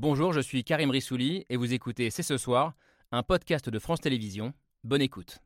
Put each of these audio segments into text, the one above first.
Bonjour, je suis Karim Rissouli et vous écoutez C'est ce soir, un podcast de France Télévisions. Bonne écoute.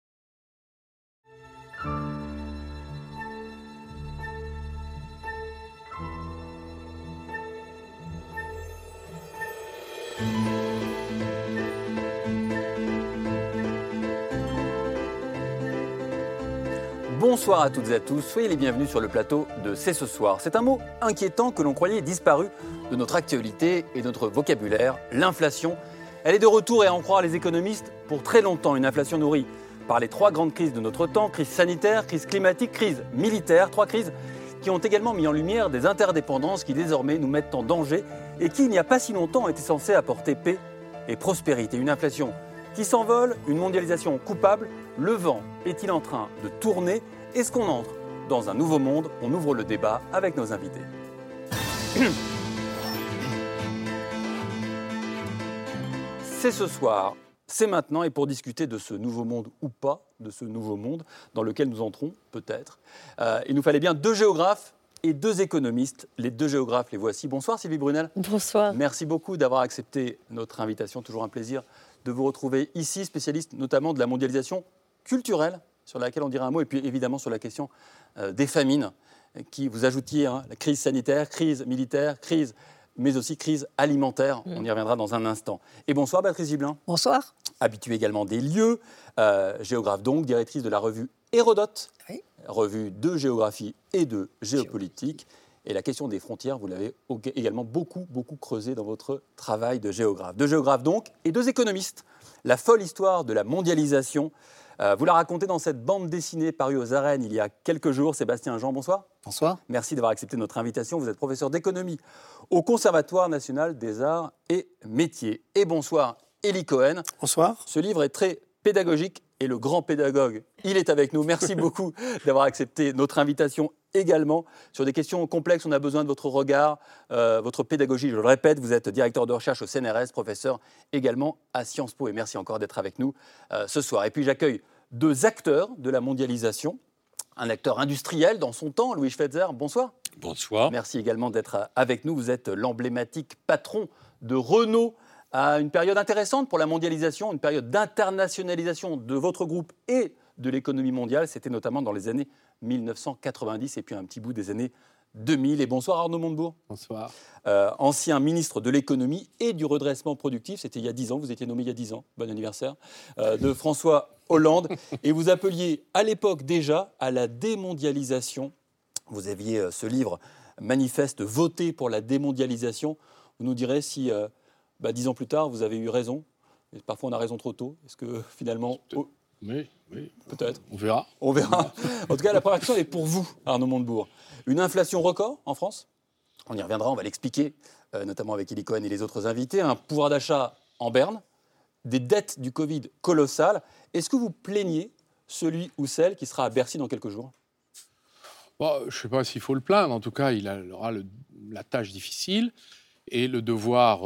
Bonsoir à toutes et à tous, soyez les bienvenus sur le plateau de C'est ce soir. C'est un mot inquiétant que l'on croyait disparu de notre actualité et de notre vocabulaire, l'inflation. Elle est de retour et à en croire les économistes pour très longtemps. Une inflation nourrie par les trois grandes crises de notre temps, crise sanitaire, crise climatique, crise militaire. Trois crises qui ont également mis en lumière des interdépendances qui désormais nous mettent en danger et qui, il n'y a pas si longtemps, étaient censées apporter paix et prospérité. Une inflation qui s'envole, une mondialisation coupable. Le vent est-il en train de tourner ? Est-ce qu'on entre dans un nouveau monde ? On ouvre le débat avec nos invités. C'est ce soir, c'est maintenant, et pour discuter de ce nouveau monde ou pas, de ce nouveau monde dans lequel nous entrons peut-être, il nous fallait bien deux géographes et deux économistes. Les deux géographes, les voici. Bonsoir Sylvie Brunel. Bonsoir. Merci beaucoup d'avoir accepté notre invitation. Toujours un plaisir de vous retrouver ici, spécialiste notamment de la mondialisation culturelle, sur laquelle on dira un mot, et puis évidemment sur la question des famines, qui vous ajoutiez la crise sanitaire, crise militaire, crise, mais aussi crise alimentaire. On y reviendra dans un instant. Et bonsoir Béatrice Gibelin. Bonsoir. Habituée également des lieux, géographe donc, directrice de la revue Hérodote, Oui. Revue de géographie et de géopolitique. Et la question des frontières, vous l'avez également beaucoup creusé dans votre travail de géographe. Deux géographes donc, et deux économistes. La folle histoire de la mondialisation. Vous la racontez dans cette bande dessinée parue aux Arènes il y a quelques jours. Sébastien Jean, bonsoir. Bonsoir. Merci d'avoir accepté notre invitation. Vous êtes professeur d'économie au Conservatoire national des arts et métiers. Et bonsoir, Élie Cohen. Bonsoir. Ce livre est très pédagogique et le grand pédagogue, il est avec nous. Merci beaucoup d'avoir accepté notre invitation également. Sur des questions complexes, on a besoin de votre regard, votre pédagogie. Je le répète, vous êtes directeur de recherche au CNRS, professeur également à Sciences Po. Et merci encore d'être avec nous ce soir. Et puis j'accueille deux acteurs de la mondialisation. Un acteur industriel dans son temps, Louis Schweitzer. Bonsoir. Bonsoir. Merci également d'être avec nous. Vous êtes l'emblématique patron de Renault, à une période intéressante pour la mondialisation, une période d'internationalisation de votre groupe et de l'économie mondiale. C'était notamment dans les années 1990 et puis un petit bout des années 2000. Et bonsoir Arnaud Montebourg. Bonsoir. Ancien ministre de l'économie et du redressement productif. C'était il y a 10 ans, vous étiez nommé il y a 10 ans, bon anniversaire, de François Hollande. Et vous appeliez à l'époque déjà à la démondialisation. Vous aviez ce livre manifeste voté pour la démondialisation. Vous nous direz si... 10 ans plus tard, vous avez eu raison. Et parfois, on a raison trop tôt. Est-ce que finalement... Oui. Peut-être. On verra. On verra. En tout cas, la première question est pour vous, Arnaud Montebourg. Une inflation record en France. On y reviendra, on va l'expliquer, notamment avec Élie Cohen et les autres invités. Un pouvoir d'achat en berne. Des dettes du Covid colossales. Est-ce que vous plaignez celui ou celle qui sera à Bercy dans quelques jours ? Bon, je ne sais pas s'il faut le plaindre. En tout cas, il aura la tâche difficile et le devoir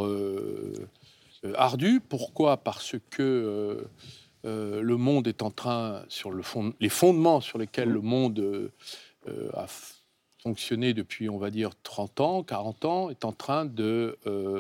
ardu. Pourquoi ? Parce que le monde est en train, sur les fondements sur lesquels le monde a fonctionné depuis, on va dire, 30 ans, 40 ans, est en train de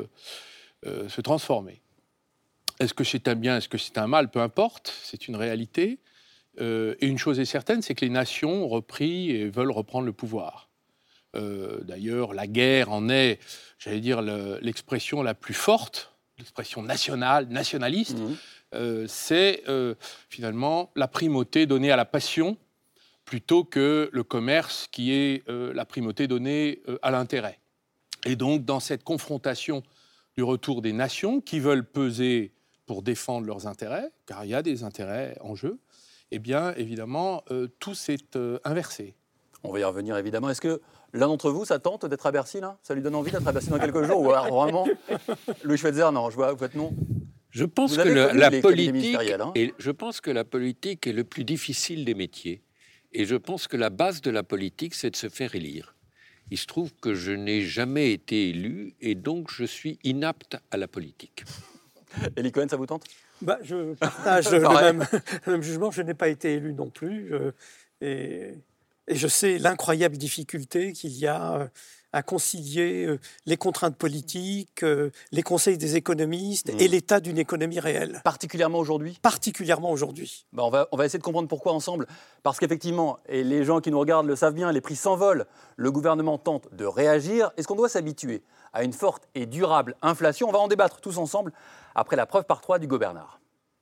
se transformer. Est-ce que c'est un bien, est-ce que c'est un mal ? Peu importe, c'est une réalité. Et une chose est certaine, c'est que les nations ont repris et veulent reprendre le pouvoir. D'ailleurs, la guerre en est, j'allais dire, l'expression la plus forte, l'expression nationaliste, c'est finalement la primauté donnée à la passion plutôt que le commerce qui est la primauté donnée à l'intérêt. Et donc, dans cette confrontation du retour des nations qui veulent peser pour défendre leurs intérêts, car il y a des intérêts en jeu, eh bien, évidemment, tout s'est inversé. On va y revenir, évidemment. Est-ce que l'un d'entre vous, ça tente d'être à Bercy, là ? Ça lui donne envie d'être à Bercy dans quelques jours ? Ou alors, vraiment, Louis Schweitzer, non, je vois, vous faites non. Je pense que la politique est le plus difficile des métiers. Et je pense que la base de la politique, c'est de se faire élire. Il se trouve que je n'ai jamais été élu et donc je suis inapte à la politique. Élie Cohen, ça vous tente ? Je partage le même jugement. Je n'ai pas été élu non plus. Et je sais l'incroyable difficulté qu'il y a à concilier les contraintes politiques, les conseils des économistes et l'état d'une économie réelle. Particulièrement aujourd'hui ? Particulièrement aujourd'hui. On va essayer de comprendre pourquoi ensemble. Parce qu'effectivement, et les gens qui nous regardent le savent bien, les prix s'envolent. Le gouvernement tente de réagir. Est-ce qu'on doit s'habituer à une forte et durable inflation ? On va en débattre tous ensemble après la preuve par 3 d'Hugo Bernard.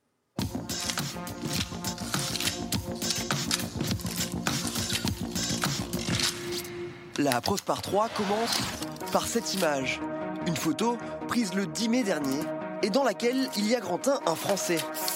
La preuve par 3 commence par cette image. Une photo prise le 10 mai dernier et dans laquelle il y a grand un Français.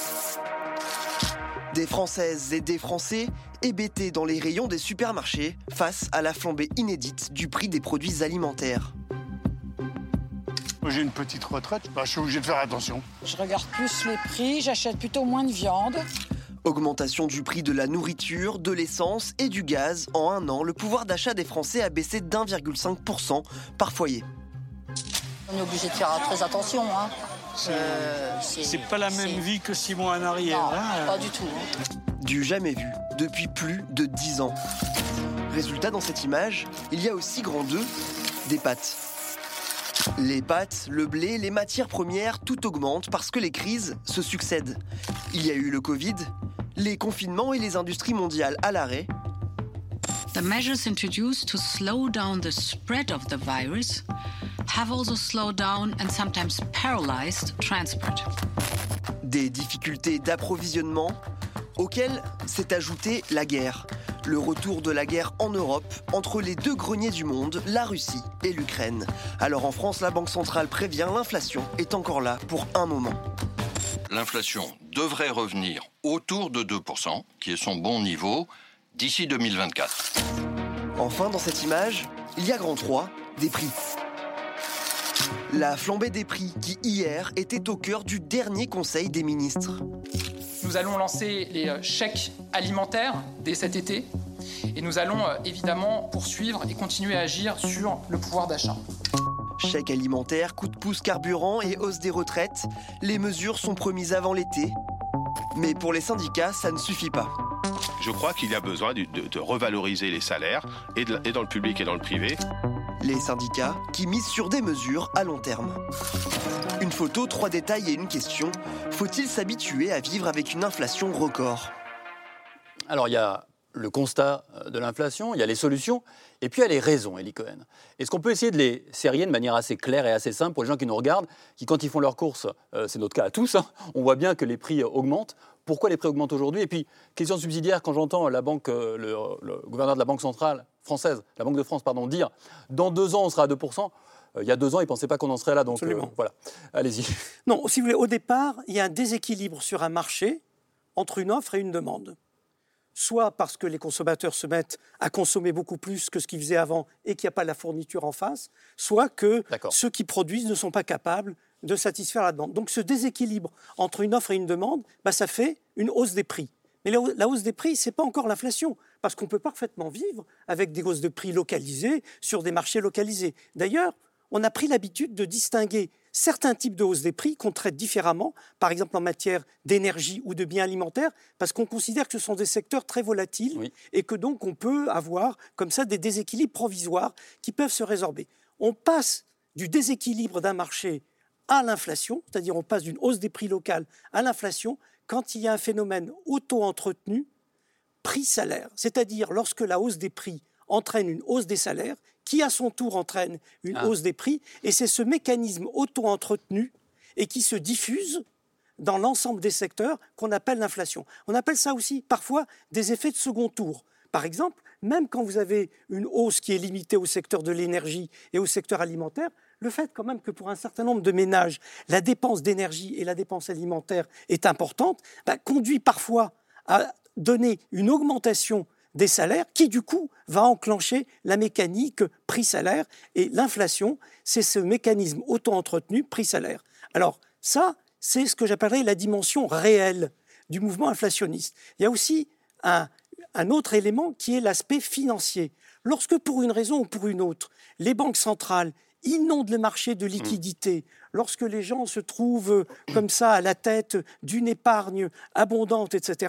Des Françaises et des Français hébétés dans les rayons des supermarchés face à la flambée inédite du prix des produits alimentaires. Moi, j'ai une petite retraite, je suis obligé de faire attention. Je regarde plus les prix, j'achète plutôt moins de viande. Augmentation du prix de la nourriture, de l'essence et du gaz. En un an, le pouvoir d'achat des Français a baissé d'1,5% par foyer. On est obligé de faire très attention. Hein. C'est pas la même vie que 6 mois en arrière. Non, pas du tout. Du jamais vu depuis plus de 10 ans. Résultat, dans cette image, il y a aussi grand 2, des pâtes. Les pâtes, le blé, les matières premières, tout augmente parce que les crises se succèdent. Il y a eu le Covid, les confinements et les industries mondiales à l'arrêt. The measures introduced to slow down the spread of the virus have also slowed down and sometimes paralyzed transport. Des difficultés d'approvisionnement auxquelles s'est ajoutée la guerre. Le retour de la guerre en Europe entre les deux greniers du monde, la Russie et l'Ukraine. Alors en France, la Banque centrale prévient, l'inflation est encore là pour un moment. L'inflation devrait revenir autour de 2%, qui est son bon niveau, d'ici 2024. Enfin, dans cette image, il y a grand 3, des prix. La flambée des prix qui, hier, était au cœur du dernier Conseil des ministres. Nous allons lancer les chèques alimentaires dès cet été et nous allons évidemment poursuivre et continuer à agir sur le pouvoir d'achat. Chèque alimentaire, coup de pouce carburant et hausse des retraites, les mesures sont promises avant l'été. Mais pour les syndicats, ça ne suffit pas. Je crois qu'il y a besoin de revaloriser les salaires, et dans le public et dans le privé. Les syndicats qui misent sur des mesures à long terme. Une photo, 3 détails et une question. Faut-il s'habituer à vivre avec une inflation record ? Alors, il y a le constat de l'inflation, il y a les solutions, et puis il y a les raisons, Elie Cohen. Est-ce qu'on peut essayer de les serrer de manière assez claire et assez simple pour les gens qui nous regardent, qui, quand ils font leurs courses, c'est notre cas à tous, on voit bien que les prix augmentent. Pourquoi les prix augmentent aujourd'hui ? Et puis, question subsidiaire, quand j'entends le gouverneur de la Banque centrale française, la Banque de France, dire « dans 2 ans, on sera à 2%. Il y a 2 ans, ils ne pensaient pas qu'on en serait là. Donc, voilà, allez-y. Non, si vous voulez, au départ, il y a un déséquilibre sur un marché entre une offre et une demande. Soit parce que les consommateurs se mettent à consommer beaucoup plus que ce qu'ils faisaient avant et qu'il n'y a pas la fourniture en face, soit que ceux qui produisent ne sont pas capables de satisfaire la demande. Donc ce déséquilibre entre une offre et une demande, ça fait une hausse des prix. Mais la hausse des prix, ce n'est pas encore l'inflation, parce qu'on peut parfaitement vivre avec des hausses de prix localisées sur des marchés localisés. D'ailleurs, on a pris l'habitude de distinguer certains types de hausses des prix qu'on traite différemment, par exemple en matière d'énergie ou de biens alimentaires, parce qu'on considère que ce sont des secteurs très volatiles et que donc on peut avoir comme ça des déséquilibres provisoires qui peuvent se résorber. On passe du déséquilibre d'un marché à l'inflation, c'est-à-dire on passe d'une hausse des prix locales à l'inflation quand il y a un phénomène auto-entretenu prix-salaire, c'est-à-dire lorsque la hausse des prix entraîne une hausse des salaires, qui à son tour entraîne une hausse des prix, et c'est ce mécanisme auto-entretenu et qui se diffuse dans l'ensemble des secteurs qu'on appelle l'inflation. On appelle ça aussi parfois des effets de second tour. Par exemple, même quand vous avez une hausse qui est limitée au secteur de l'énergie et au secteur alimentaire, le fait quand même que pour un certain nombre de ménages, la dépense d'énergie et la dépense alimentaire est importante, conduit parfois à donner une augmentation des salaires qui, du coup, va enclencher la mécanique prix-salaire. Et l'inflation, c'est ce mécanisme auto-entretenu prix-salaire. Alors ça, c'est ce que j'appellerais la dimension réelle du mouvement inflationniste. Il y a aussi un autre élément qui est l'aspect financier. Lorsque, pour une raison ou pour une autre, les banques centrales inondent le marché de liquidités, lorsque les gens se trouvent comme ça à la tête d'une épargne abondante, etc.,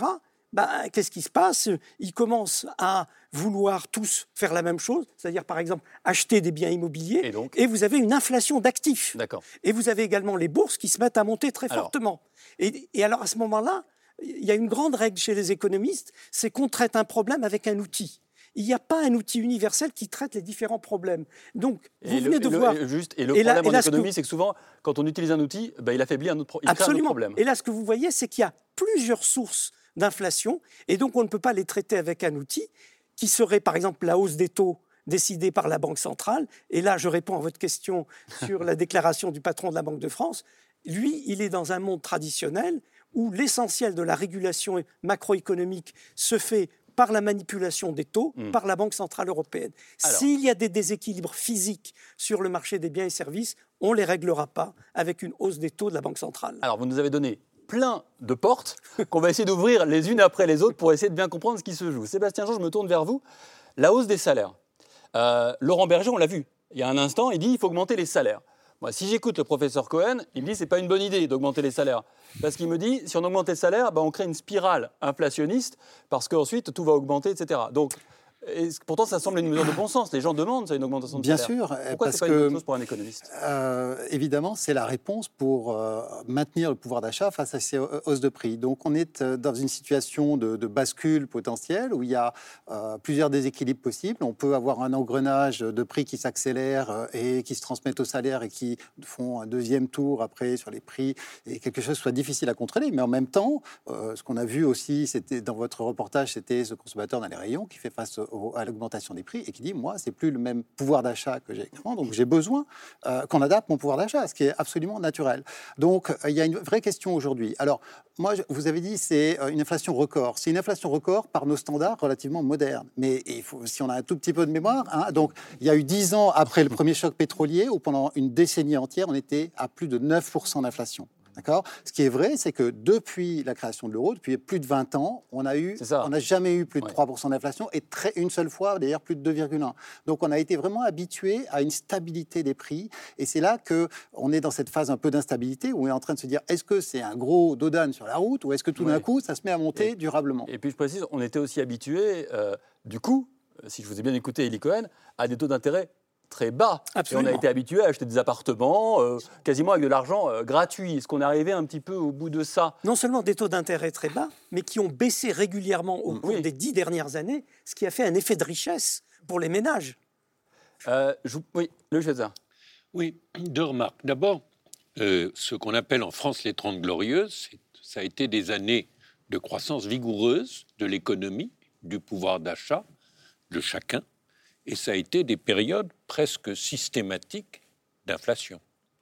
qu'est-ce qui se passe ? Ils commencent à vouloir tous faire la même chose, c'est-à-dire par exemple acheter des biens immobiliers, et vous avez une inflation d'actifs. D'accord. Et vous avez également les bourses qui se mettent à monter très fortement. Et alors à ce moment-là, il y a une grande règle chez les économistes, c'est qu'on traite un problème avec un outil. Il n'y a pas un outil universel qui traite les différents problèmes. Donc, vous venez de voir... Le problème en économie, c'est que souvent, quand on utilise un outil, il affaiblit un autre, il crée un autre problème. Et là, ce que vous voyez, c'est qu'il y a plusieurs sources d'inflation, et donc on ne peut pas les traiter avec un outil qui serait, par exemple, la hausse des taux décidée par la Banque centrale. Et là, je réponds à votre question sur la déclaration du patron de la Banque de France. Lui, il est dans un monde traditionnel où l'essentiel de la régulation macroéconomique se fait par la manipulation des taux, par la Banque centrale européenne. S'il y a des déséquilibres physiques sur le marché des biens et services, on ne les réglera pas avec une hausse des taux de la Banque centrale. Alors, vous nous avez donné plein de portes qu'on va essayer d'ouvrir les unes après les autres pour essayer de bien comprendre ce qui se joue. Sébastien Jean, je me tourne vers vous. La hausse des salaires. Laurent Berger, on l'a vu. Il y a un instant, il dit qu'il faut augmenter les salaires. Moi, si j'écoute le professeur Cohen, il me dit que ce n'est pas une bonne idée d'augmenter les salaires. Parce qu'il me dit, si on augmente les salaires, on crée une spirale inflationniste, parce qu'ensuite, tout va augmenter, etc. Donc, pourtant, ça semble une mesure de bon sens. Les gens demandent une augmentation de salaire. Bien sûr. Pourquoi ce n'est pas une bonne chose pour un économiste ? Évidemment, c'est la réponse pour maintenir le pouvoir d'achat face à ces hausses de prix. Donc, on est dans une situation de bascule potentielle où il y a plusieurs déséquilibres possibles. On peut avoir un engrenage de prix qui s'accélère et qui se transmettent au salaire et qui font un deuxième tour après sur les prix et quelque chose soit difficile à contrôler. Mais en même temps, ce qu'on a vu aussi, c'était dans votre reportage, c'était ce consommateur dans les rayons qui fait face à l'augmentation des prix et qui dit, moi, c'est plus le même pouvoir d'achat que j'ai avant, donc j'ai besoin qu'on adapte mon pouvoir d'achat, ce qui est absolument naturel. Donc, il y a une vraie question aujourd'hui. Alors, moi, vous avez dit, c'est une inflation record. C'est une inflation record par nos standards relativement modernes. Mais il faut, si on a un tout petit peu de mémoire, donc, il y a eu 10 ans après le premier choc pétrolier, où pendant une décennie entière, on était à plus de 9% d'inflation. D'accord ? Ce qui est vrai, c'est que depuis la création de l'euro, depuis plus de 20 ans, on n'a jamais eu plus de 3% d'inflation et une seule fois, d'ailleurs, plus de 2,1%. Donc, on a été vraiment habitué à une stabilité des prix. Et c'est là qu'on est dans cette phase un peu d'instabilité où on est en train de se dire, est-ce que c'est un gros dos d'âne sur la route ou est-ce que tout d'un coup, ça se met à monter durablement ? Et puis, je précise, on était aussi habitué, du coup, si je vous ai bien écouté, Élie Cohen, à des taux d'intérêt très bas. Absolument. Et on a été habitué à acheter des appartements quasiment avec de l'argent gratuit. Est-ce qu'on est arrivé un petit peu au bout de ça ? Non seulement des taux d'intérêt très bas, mais qui ont baissé régulièrement au cours des 10 dernières années, ce qui a fait un effet de richesse pour les ménages. Oui, le César. Oui, deux remarques. D'abord, ce qu'on appelle en France les 30 glorieuses, ça a été des années de croissance vigoureuse de l'économie, du pouvoir d'achat de chacun. Et ça a été des périodes presque systématiques d'inflation.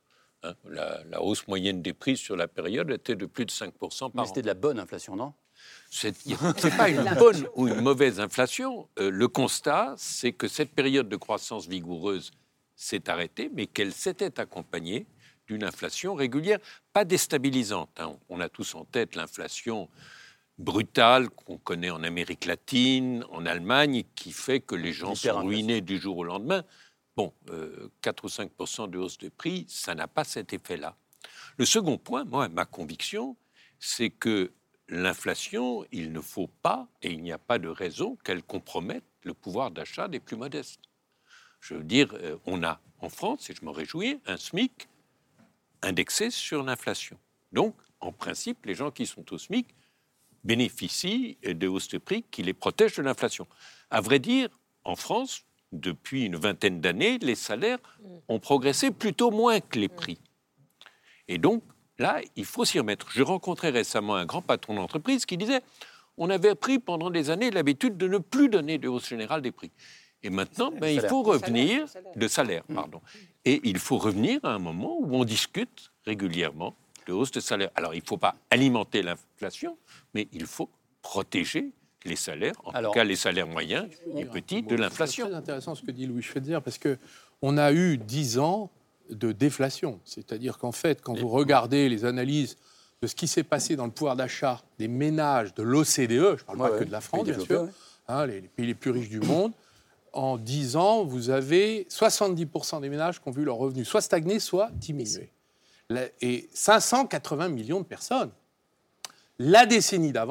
La hausse moyenne des prix sur la période était de plus de 5% par an. Mais c'était de la bonne inflation, non ? C'est pas une bonne ou une mauvaise inflation. Le constat, c'est que cette période de croissance vigoureuse s'est arrêtée, mais qu'elle s'était accompagnée d'une inflation régulière, pas déstabilisante. On a tous en tête l'inflation brutale qu'on connaît en Amérique latine, en Allemagne, qui fait que les gens sont ruinés du jour au lendemain. Bon, 4 ou 5% de hausse de prix, ça n'a pas cet effet-là. Le second point, moi, ma conviction, c'est que l'inflation, il ne faut pas, et il n'y a pas de raison qu'elle compromette le pouvoir d'achat des plus modestes. Je veux dire, on a en France, et je m'en réjouis, un SMIC indexé sur l'inflation. Donc, en principe, les gens qui sont au SMIC bénéficient de hausses de prix qui les protègent de l'inflation. À vrai dire, en France, depuis une vingtaine d'années, les salaires ont progressé plutôt moins que les prix. Et donc, là, il faut s'y remettre. Je rencontrais récemment un grand patron d'entreprise qui disait « On avait pris pendant des années l'habitude de ne plus donner de hausse générale des prix. Et maintenant, il faut revenir... De salaire, pardon. Et il faut revenir à un moment où on discute régulièrement de hausse de salaire. Alors, il ne faut pas alimenter l'inflation, mais il faut protéger les salaires, en tout cas les salaires moyens et petits, de l'inflation. C'est très intéressant ce que dit Louis Schweitzer, parce qu'on a eu 10 ans de déflation. C'est-à-dire qu'en fait, quand vous regardez les analyses de ce qui s'est passé dans le pouvoir d'achat des ménages de l'OCDE, je ne parle pas que de la France, bien sûr, les pays les plus riches du monde, en 10 ans, vous avez 70% des ménages qui ont vu leurs revenus soit stagner, soit diminuer. Et 580 millions de personnes. La décennie d'avant,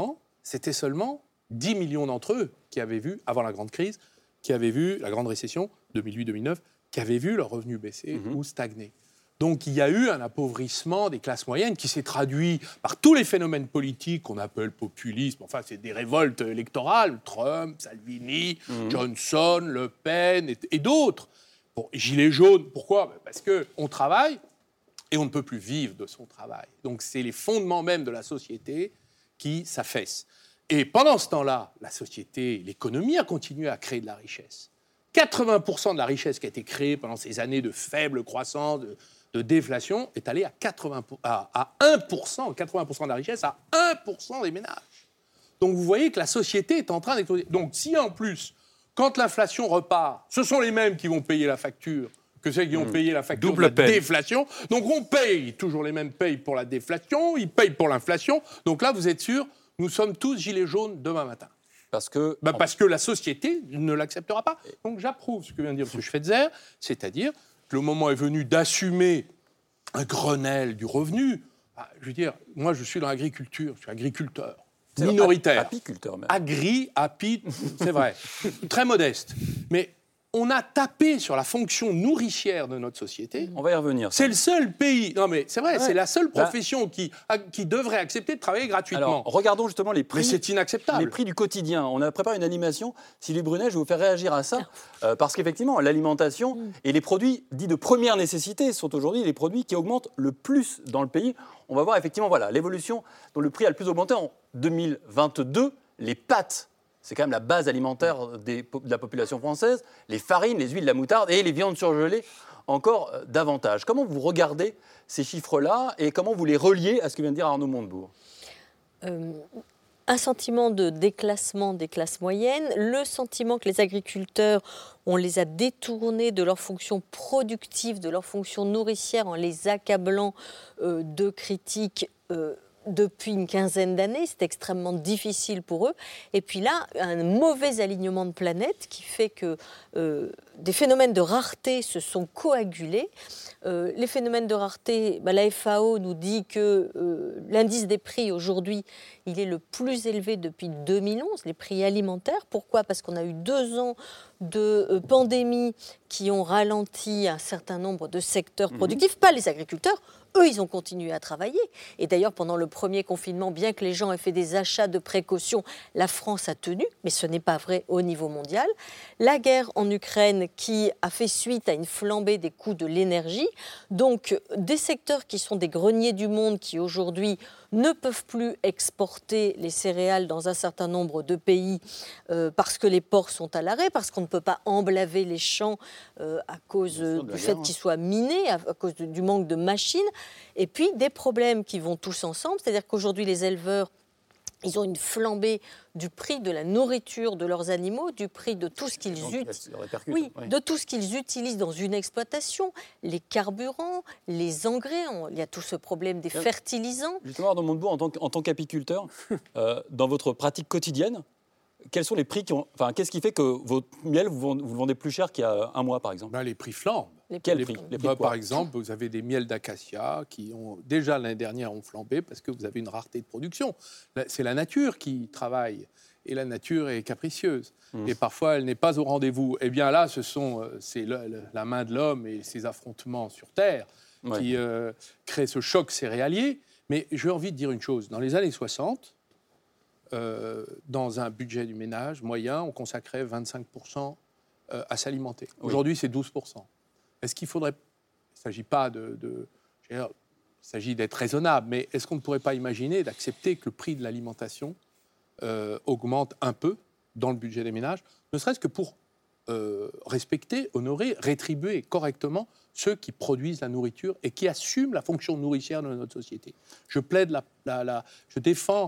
c'était seulement 10 millions d'entre eux qui avaient vu, avant la grande crise, qui avaient vu la grande récession, 2008-2009, qui avaient vu leurs revenus baisser ou stagner. Donc il y a eu un appauvrissement des classes moyennes qui s'est traduit par tous les phénomènes politiques qu'on appelle populisme. Enfin, c'est des révoltes électorales, Trump, Salvini, Johnson, Le Pen et d'autres. Bon, Gilets jaunes, pourquoi ? Parce qu'on travaille et on ne peut plus vivre de son travail. Donc c'est les fondements même de la société qui s'affaissent. Et pendant ce temps-là, la société, l'économie a continué à créer de la richesse. 80% de la richesse qui a été créée pendant ces années de faible croissance, de déflation, est allée à 1%, 80% de la richesse à 1% des ménages. Donc vous voyez que la société est en train d'exploser. Donc si en plus, quand l'inflation repart, ce sont les mêmes qui vont payer la facture que ceux qui ont payé la facture de la déflation. Donc on paye, toujours les mêmes payent pour la déflation, ils payent pour l'inflation. Donc là, vous êtes sûr, nous sommes tous gilets jaunes demain matin. Parce que la société ne l'acceptera pas. Donc j'approuve ce que vient de dire M. Schweitzer, c'est-à-dire que le moment est venu d'assumer un Grenelle du revenu. Je veux dire, moi je suis dans l'agriculture, je suis agriculteur, minoritaire. Apiculteur même. C'est vrai, très modeste. Mais on a tapé sur la fonction nourricière de notre société. On va y revenir. C'est le seul pays, non mais c'est vrai, c'est la seule profession qui devrait accepter de travailler gratuitement. Alors, regardons justement les prix. Mais c'est inacceptable. Les prix du quotidien. On a préparé une animation. Sylvie Brunet, je vais vous faire réagir à ça. Parce qu'effectivement, l'alimentation et les produits dits de première nécessité sont aujourd'hui les produits qui augmentent le plus dans le pays. On va voir effectivement l'évolution dont le prix a le plus augmenté en 2022. Les pâtes. C'est quand même la base alimentaire de la population française, les farines, les huiles, la moutarde et les viandes surgelées encore davantage. Comment vous regardez ces chiffres-là et comment vous les reliez à ce que vient de dire Arnaud Montebourg ? Un sentiment de déclassement des classes moyennes, le sentiment que les agriculteurs, on les a détournés de leur fonction productive, de leur fonction nourricière en les accablant de critiques depuis une quinzaine d'années, c'est extrêmement difficile pour eux. Et puis là, un mauvais alignement de planètes qui fait que des phénomènes de rareté se sont coagulés. Les phénomènes de rareté, la FAO nous dit que l'indice des prix aujourd'hui, il est le plus élevé depuis 2011, les prix alimentaires. Pourquoi ? Parce qu'on a eu 2 ans de pandémie qui ont ralenti un certain nombre de secteurs productifs, pas les agriculteurs. Eux, ils ont continué à travailler. Et d'ailleurs, pendant le premier confinement, bien que les gens aient fait des achats de précaution, la France a tenu, mais ce n'est pas vrai au niveau mondial. La guerre en Ukraine qui a fait suite à une flambée des coûts de l'énergie. Donc, des secteurs qui sont des greniers du monde qui aujourd'hui ne peuvent plus exporter les céréales dans un certain nombre de pays parce que les ports sont à l'arrêt, parce qu'on ne peut pas emblaver les champs à cause du fait qu'ils soient minés, à cause du manque de machines. Et puis des problèmes qui vont tous ensemble, c'est-à-dire qu'aujourd'hui les éleveurs, ils ont une flambée du prix de la nourriture de leurs animaux, du prix de tout ce qu'ils de tout ce qu'ils utilisent dans une exploitation, les carburants, les engrais, il y a tout ce problème des fertilisants. Justement, Arnaud Montebourg, en tant qu'apiculteur, dans votre pratique quotidienne, quels sont les prix qu'est-ce qui fait que votre miel, vous le vendez plus cher qu'il y a un mois, par exemple ? Les prix flambent. Quels prix Par exemple, vous avez des miels d'acacia qui ont déjà l'année dernière ont flambé parce que vous avez une rareté de production. C'est la nature qui travaille et la nature est capricieuse. Et parfois, elle n'est pas au rendez-vous. Eh bien là, c'est la main de l'homme et ses affrontements sur Terre qui créent ce choc céréalier. Mais j'ai envie de dire une chose. Dans les années 60, dans un budget du ménage moyen, on consacrait 25% à s'alimenter. Aujourd'hui, c'est 12%. Est-ce qu'il faudrait... Il ne s'agit pas il s'agit d'être raisonnable, mais est-ce qu'on ne pourrait pas imaginer d'accepter que le prix de l'alimentation augmente un peu dans le budget des ménages, ne serait-ce que pour respecter, honorer, rétribuer correctement ceux qui produisent la nourriture et qui assument la fonction nourricière de notre société. Je plaide, je défends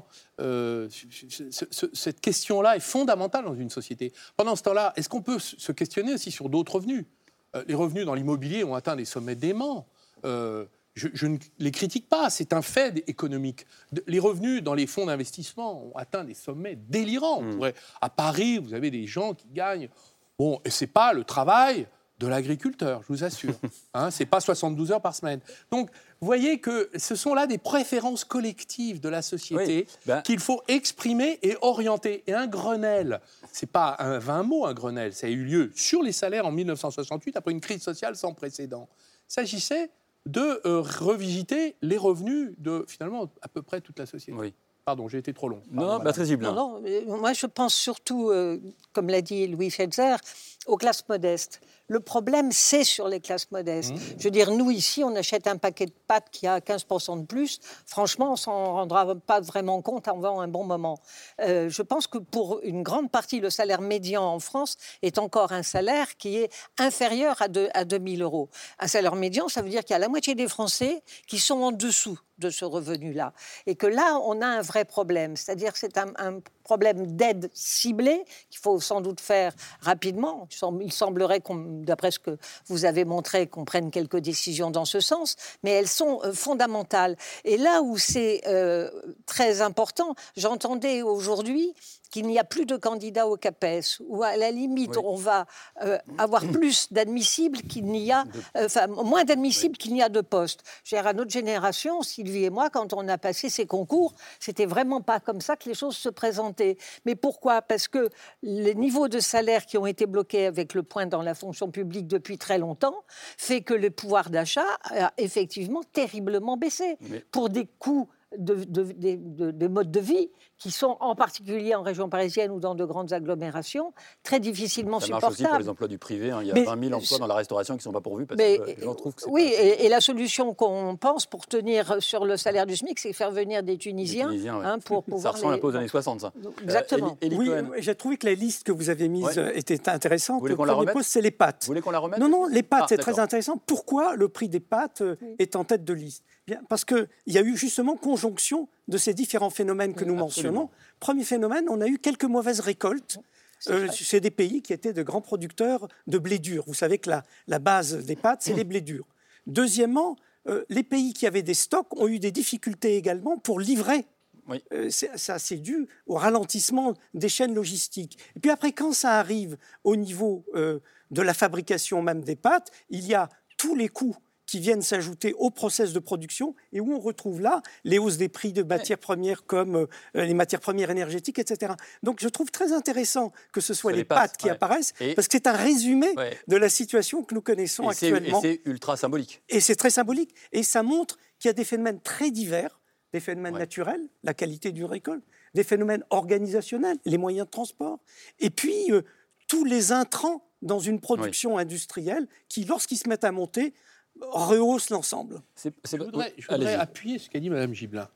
cette question-là est fondamentale dans une société. Pendant ce temps-là, est-ce qu'on peut se questionner aussi sur d'autres revenus ? Les revenus dans l'immobilier ont atteint des sommets déments. Je ne les critique pas, c'est un fait économique. Les revenus dans les fonds d'investissement ont atteint des sommets délirants. À Paris, vous avez des gens qui gagnent... Bon, et ce n'est pas le travail de l'agriculteur, je vous assure. Ce n'est pas 72 heures par semaine. Donc, vous voyez que ce sont là des préférences collectives de la société qu'il faut exprimer et orienter. Et un Grenelle, ce n'est pas 20 mots, un Grenelle, ça a eu lieu sur les salaires en 1968, après une crise sociale sans précédent. Il s'agissait de revisiter les revenus de, finalement, à peu près toute la société. Oui. Pardon, j'ai été trop long. Non, Patrice Gibelin. Non, moi je pense surtout, comme l'a dit Louis Schelzer, aux classes modestes. Le problème, c'est sur les classes modestes. Je veux dire, nous, ici, on achète un paquet de pâtes qui a 15% de plus. Franchement, on ne s'en rendra pas vraiment compte avant un bon moment. Je pense que pour une grande partie, le salaire médian en France est encore un salaire qui est inférieur à 2 000 euros. Un salaire médian, ça veut dire qu'il y a la moitié des Français qui sont en dessous de ce revenu-là. Et que là, on a un vrai problème. C'est-à-dire que c'est un problème d'aide ciblée qu'il faut sans doute faire rapidement. Il semblerait, d'après ce que vous avez montré, qu'on prenne quelques décisions dans ce sens, mais elles sont fondamentales. Et là où c'est très important, j'entendais aujourd'hui qu'il n'y a plus de candidats au CAPES, ou à la limite, on va avoir plus d'admissibles qu'il n'y a, moins d'admissibles qu'il n'y a de postes. À notre génération, Sylvie et moi, quand on a passé ces concours, c'était vraiment pas comme ça que les choses se présentaient. Mais pourquoi ? Parce que les niveaux de salaire qui ont été bloqués avec le point dans la fonction publique depuis très longtemps fait que le pouvoir d'achat a effectivement terriblement baissé. Pour des coûts de modes de vie qui sont en particulier en région parisienne ou dans de grandes agglomérations très difficilement supportables. Ça marche aussi pour les emplois du privé. Il y a 20 000 emplois dans la restauration qui ne sont pas pourvus parce que les gens trouvent que c'est et la solution qu'on pense pour tenir sur le salaire du SMIC, c'est faire venir des Tunisiens, pour pouvoir... Ça ressemble un peu aux années 60, ça. Exactement. Oui, j'ai trouvé que la liste que vous avez mise était intéressante. Vous voulez qu'on la remette ? C'est les pâtes. Vous voulez qu'on la remette ? Non, les pâtes, c'est très intéressant. Pourquoi le prix des pâtes est en tête de liste ? Bien, parce qu'il y a eu justement conjonction de ces différents phénomènes que nous mentionnons. Premier phénomène, on a eu quelques mauvaises récoltes. C'est des pays qui étaient de grands producteurs de blé dur. Vous savez que la base des pâtes, c'est les blés durs. Deuxièmement, les pays qui avaient des stocks ont eu des difficultés également pour livrer. Ça, c'est dû au ralentissement des chaînes logistiques. Et puis après, quand ça arrive au niveau de la fabrication même des pâtes, il y a tous les coûts qui viennent s'ajouter au process de production et où on retrouve là les hausses des prix de matières premières comme les matières premières énergétiques, etc. Donc je trouve très intéressant que ce soit les pâtes qui apparaissent parce que c'est un résumé de la situation que nous connaissons actuellement. Et c'est ultra symbolique. Et c'est très symbolique. Et ça montre qu'il y a des phénomènes très divers, des phénomènes naturels, la qualité d'une récolte, des phénomènes organisationnels, les moyens de transport, et puis tous les intrants dans une production industrielle qui, lorsqu'ils se mettent à monter, rehausse l'ensemble. Je voudrais appuyer ce qu'a dit Mme Gibelin.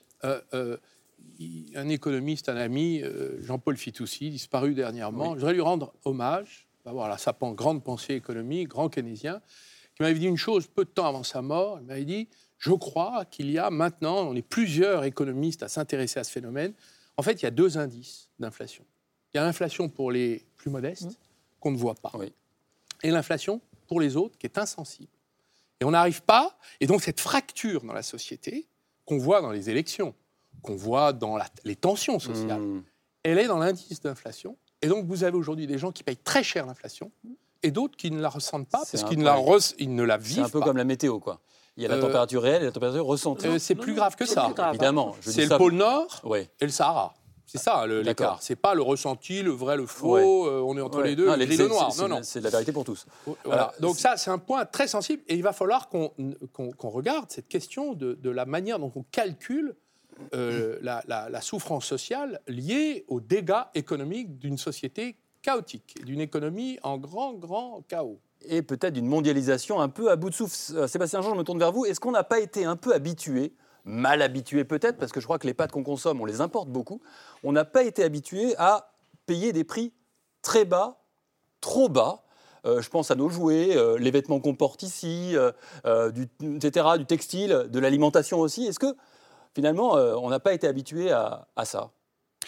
Un économiste, un ami, Jean-Paul Fitoussi, disparu dernièrement, je voudrais lui rendre hommage, sa grande pensée économique, grand keynésien, qui m'avait dit une chose peu de temps avant sa mort. Il m'avait dit, je crois qu'il y a maintenant, on est plusieurs économistes à s'intéresser à ce phénomène. En fait, il y a 2 indices d'inflation. Il y a l'inflation pour les plus modestes, qu'on ne voit pas, et l'inflation pour les autres, qui est insensible. Et on n'arrive pas, et donc cette fracture dans la société, qu'on voit dans les élections, qu'on voit dans les tensions sociales, elle est dans l'indice d'inflation. Et donc vous avez aujourd'hui des gens qui payent très cher l'inflation, et d'autres qui ne la ressentent pas, parce qu'ils ne la vivent pas. C'est un peu comme la météo, quoi. Il y a la température réelle et la température ressentie. C'est plus grave que ça. Évidemment. C'est le pôle Nord et le Sahara. C'est ça l'écart. C'est pas le ressenti, le vrai, le faux. On est entre les deux, le gris, le noir. Non. C'est la vérité pour tous. Voilà. Donc ça, c'est un point très sensible. Et il va falloir qu'on regarde cette question de la manière dont on calcule la souffrance sociale liée aux dégâts économiques d'une société chaotique, d'une économie en grand chaos. Et peut-être d'une mondialisation un peu à bout de souffle. Sébastien Jean, je me tourne vers vous. Est-ce qu'on n'a pas été un peu habitué, mal habitué peut-être, parce que je crois que les pâtes qu'on consomme, on les importe beaucoup, on n'a pas été habitué à payer des prix très bas, trop bas. Je pense à nos jouets, les vêtements qu'on porte ici, etc., du textile, de l'alimentation aussi. Est-ce que, finalement, on n'a pas été habitué à ça ?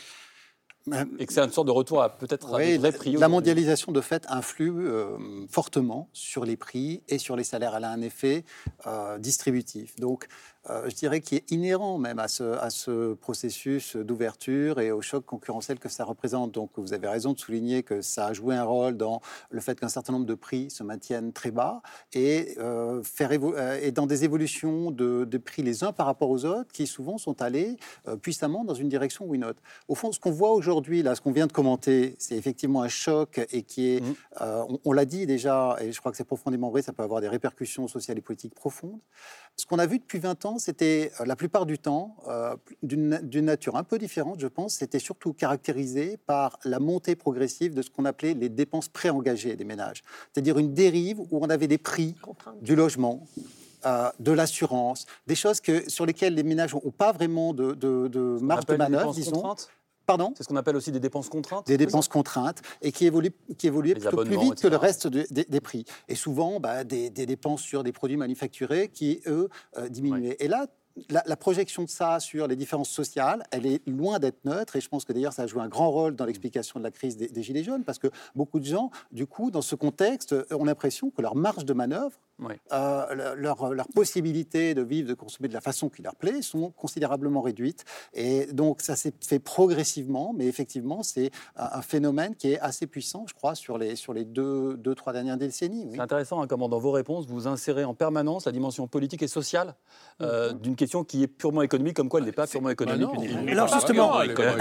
et que c'est une sorte de retour à peut-être Oui, des vrais prix. la mondialisation, de fait, influe fortement sur les prix et sur les salaires. Elle a un effet distributif. Donc, je dirais qu'il est inhérent même à ce processus d'ouverture et au choc concurrentiel que ça représente. Donc, vous avez raison de souligner que ça a joué un rôle dans le fait qu'un certain nombre de prix se maintiennent très bas et, et dans des évolutions de prix les uns par rapport aux autres qui souvent sont allés puissamment dans une direction ou une autre. Au fond, ce qu'on voit aujourd'hui, là, ce qu'on vient de commenter, c'est effectivement un choc et qui est, on l'a dit déjà, et je crois que c'est profondément vrai, ça peut avoir des répercussions sociales et politiques profondes. Ce qu'on a vu depuis 20 ans, c'était la plupart du temps d'une nature un peu différente, je pense. C'était surtout caractérisé par la montée progressive de ce qu'on appelait les dépenses préengagées des ménages. C'est-à-dire une dérive où on avait des prix du logement, de l'assurance, des choses sur lesquelles les ménages n'ont pas vraiment de marge de manœuvre, disons. Pardon ? C'est ce qu'on appelle aussi des dépenses contraintes. Des dépenses contraintes et qui évoluaient plutôt plus vite etc. que le reste des prix. Et souvent, des dépenses sur des produits manufacturés qui, eux, diminuaient. Ouais. Et là, la projection de ça sur les différences sociales, elle est loin d'être neutre. Et je pense que d'ailleurs, ça a joué un grand rôle dans l'explication de la crise des Gilets jaunes, parce que beaucoup de gens, du coup, dans ce contexte, ont l'impression que leur marge de manœuvre, leur possibilité de vivre, de consommer de la façon qui leur plaît, sont considérablement réduites. Et donc, ça s'est fait progressivement, mais effectivement, c'est un phénomène qui est assez puissant, je crois, sur les 2-3 dernières décennies. Oui. C'est intéressant, comment dans vos réponses, vous insérez en permanence la dimension politique et sociale d'une question qui est purement économique, comme quoi elle n'est pas purement économique. Alors justement,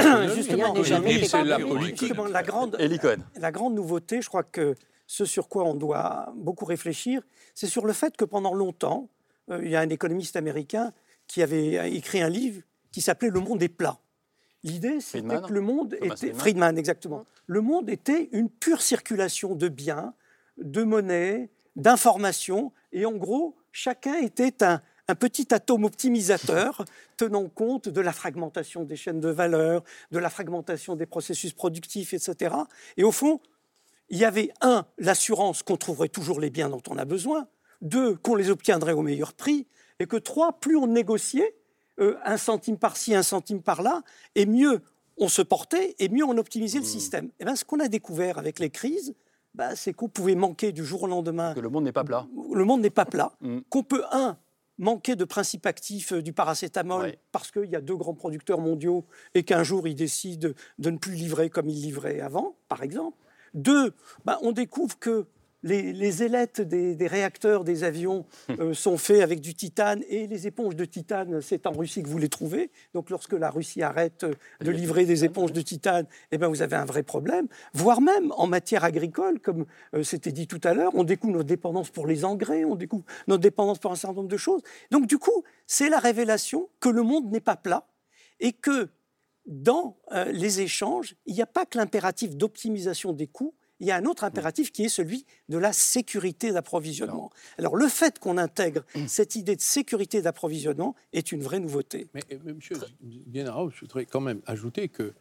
la grande nouveauté, je crois que ce sur quoi on doit beaucoup réfléchir, c'est sur le fait que pendant longtemps, il y a un économiste américain qui avait écrit un livre qui s'appelait « Le monde est plat ». L'idée, c'était que le monde était... Friedman, exactement. Le monde était une pure circulation de biens, de monnaie, d'informations, et en gros, chacun était un petit atome optimisateur tenant compte de la fragmentation des chaînes de valeur, de la fragmentation des processus productifs, etc. Et au fond, il y avait l'assurance qu'on trouverait toujours les biens dont on a besoin, 2, qu'on les obtiendrait au meilleur prix, et que 3, plus on négociait, 1 centime par-ci, 1 centime par-là, et mieux on se portait, et mieux on optimisait le système. Et bien, ce qu'on a découvert avec les crises, c'est qu'on pouvait manquer du jour au lendemain... Que le monde n'est pas plat. Le monde n'est pas plat. Qu'on peut, manquer de principe actif du paracétamol parce qu'il y a 2 grands producteurs mondiaux et qu'un jour, ils décident de ne plus livrer comme ils livraient avant, par exemple. 2, on découvre que les ailettes des réacteurs des avions sont faits avec du titane et les éponges de titane, c'est en Russie que vous les trouvez. Donc lorsque la Russie arrête de livrer des éponges de titane, vous avez un vrai problème. Voire même en matière agricole, comme c'était dit tout à l'heure, on découvre notre dépendance pour les engrais, on découvre notre dépendance pour un certain nombre de choses. Donc du coup, c'est la révélation que le monde n'est pas plat et que dans les échanges, il n'y a pas que l'impératif d'optimisation des coûts, il y a un autre impératif qui est celui de la sécurité d'approvisionnement. Alors le fait qu'on intègre cette idée de sécurité d'approvisionnement est une vraie nouveauté. Mais M. Guénard, je voudrais quand même ajouter que,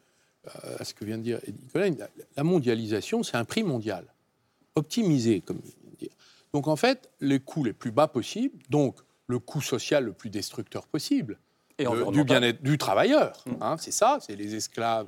à ce que vient de dire Nicolas, la mondialisation, c'est un prix mondial, optimisé, comme il vient de dire. Donc en fait, les coûts les plus bas possibles, donc le coût social le plus destructeur possible, du bien-être du travailleur, c'est ça, c'est les esclaves...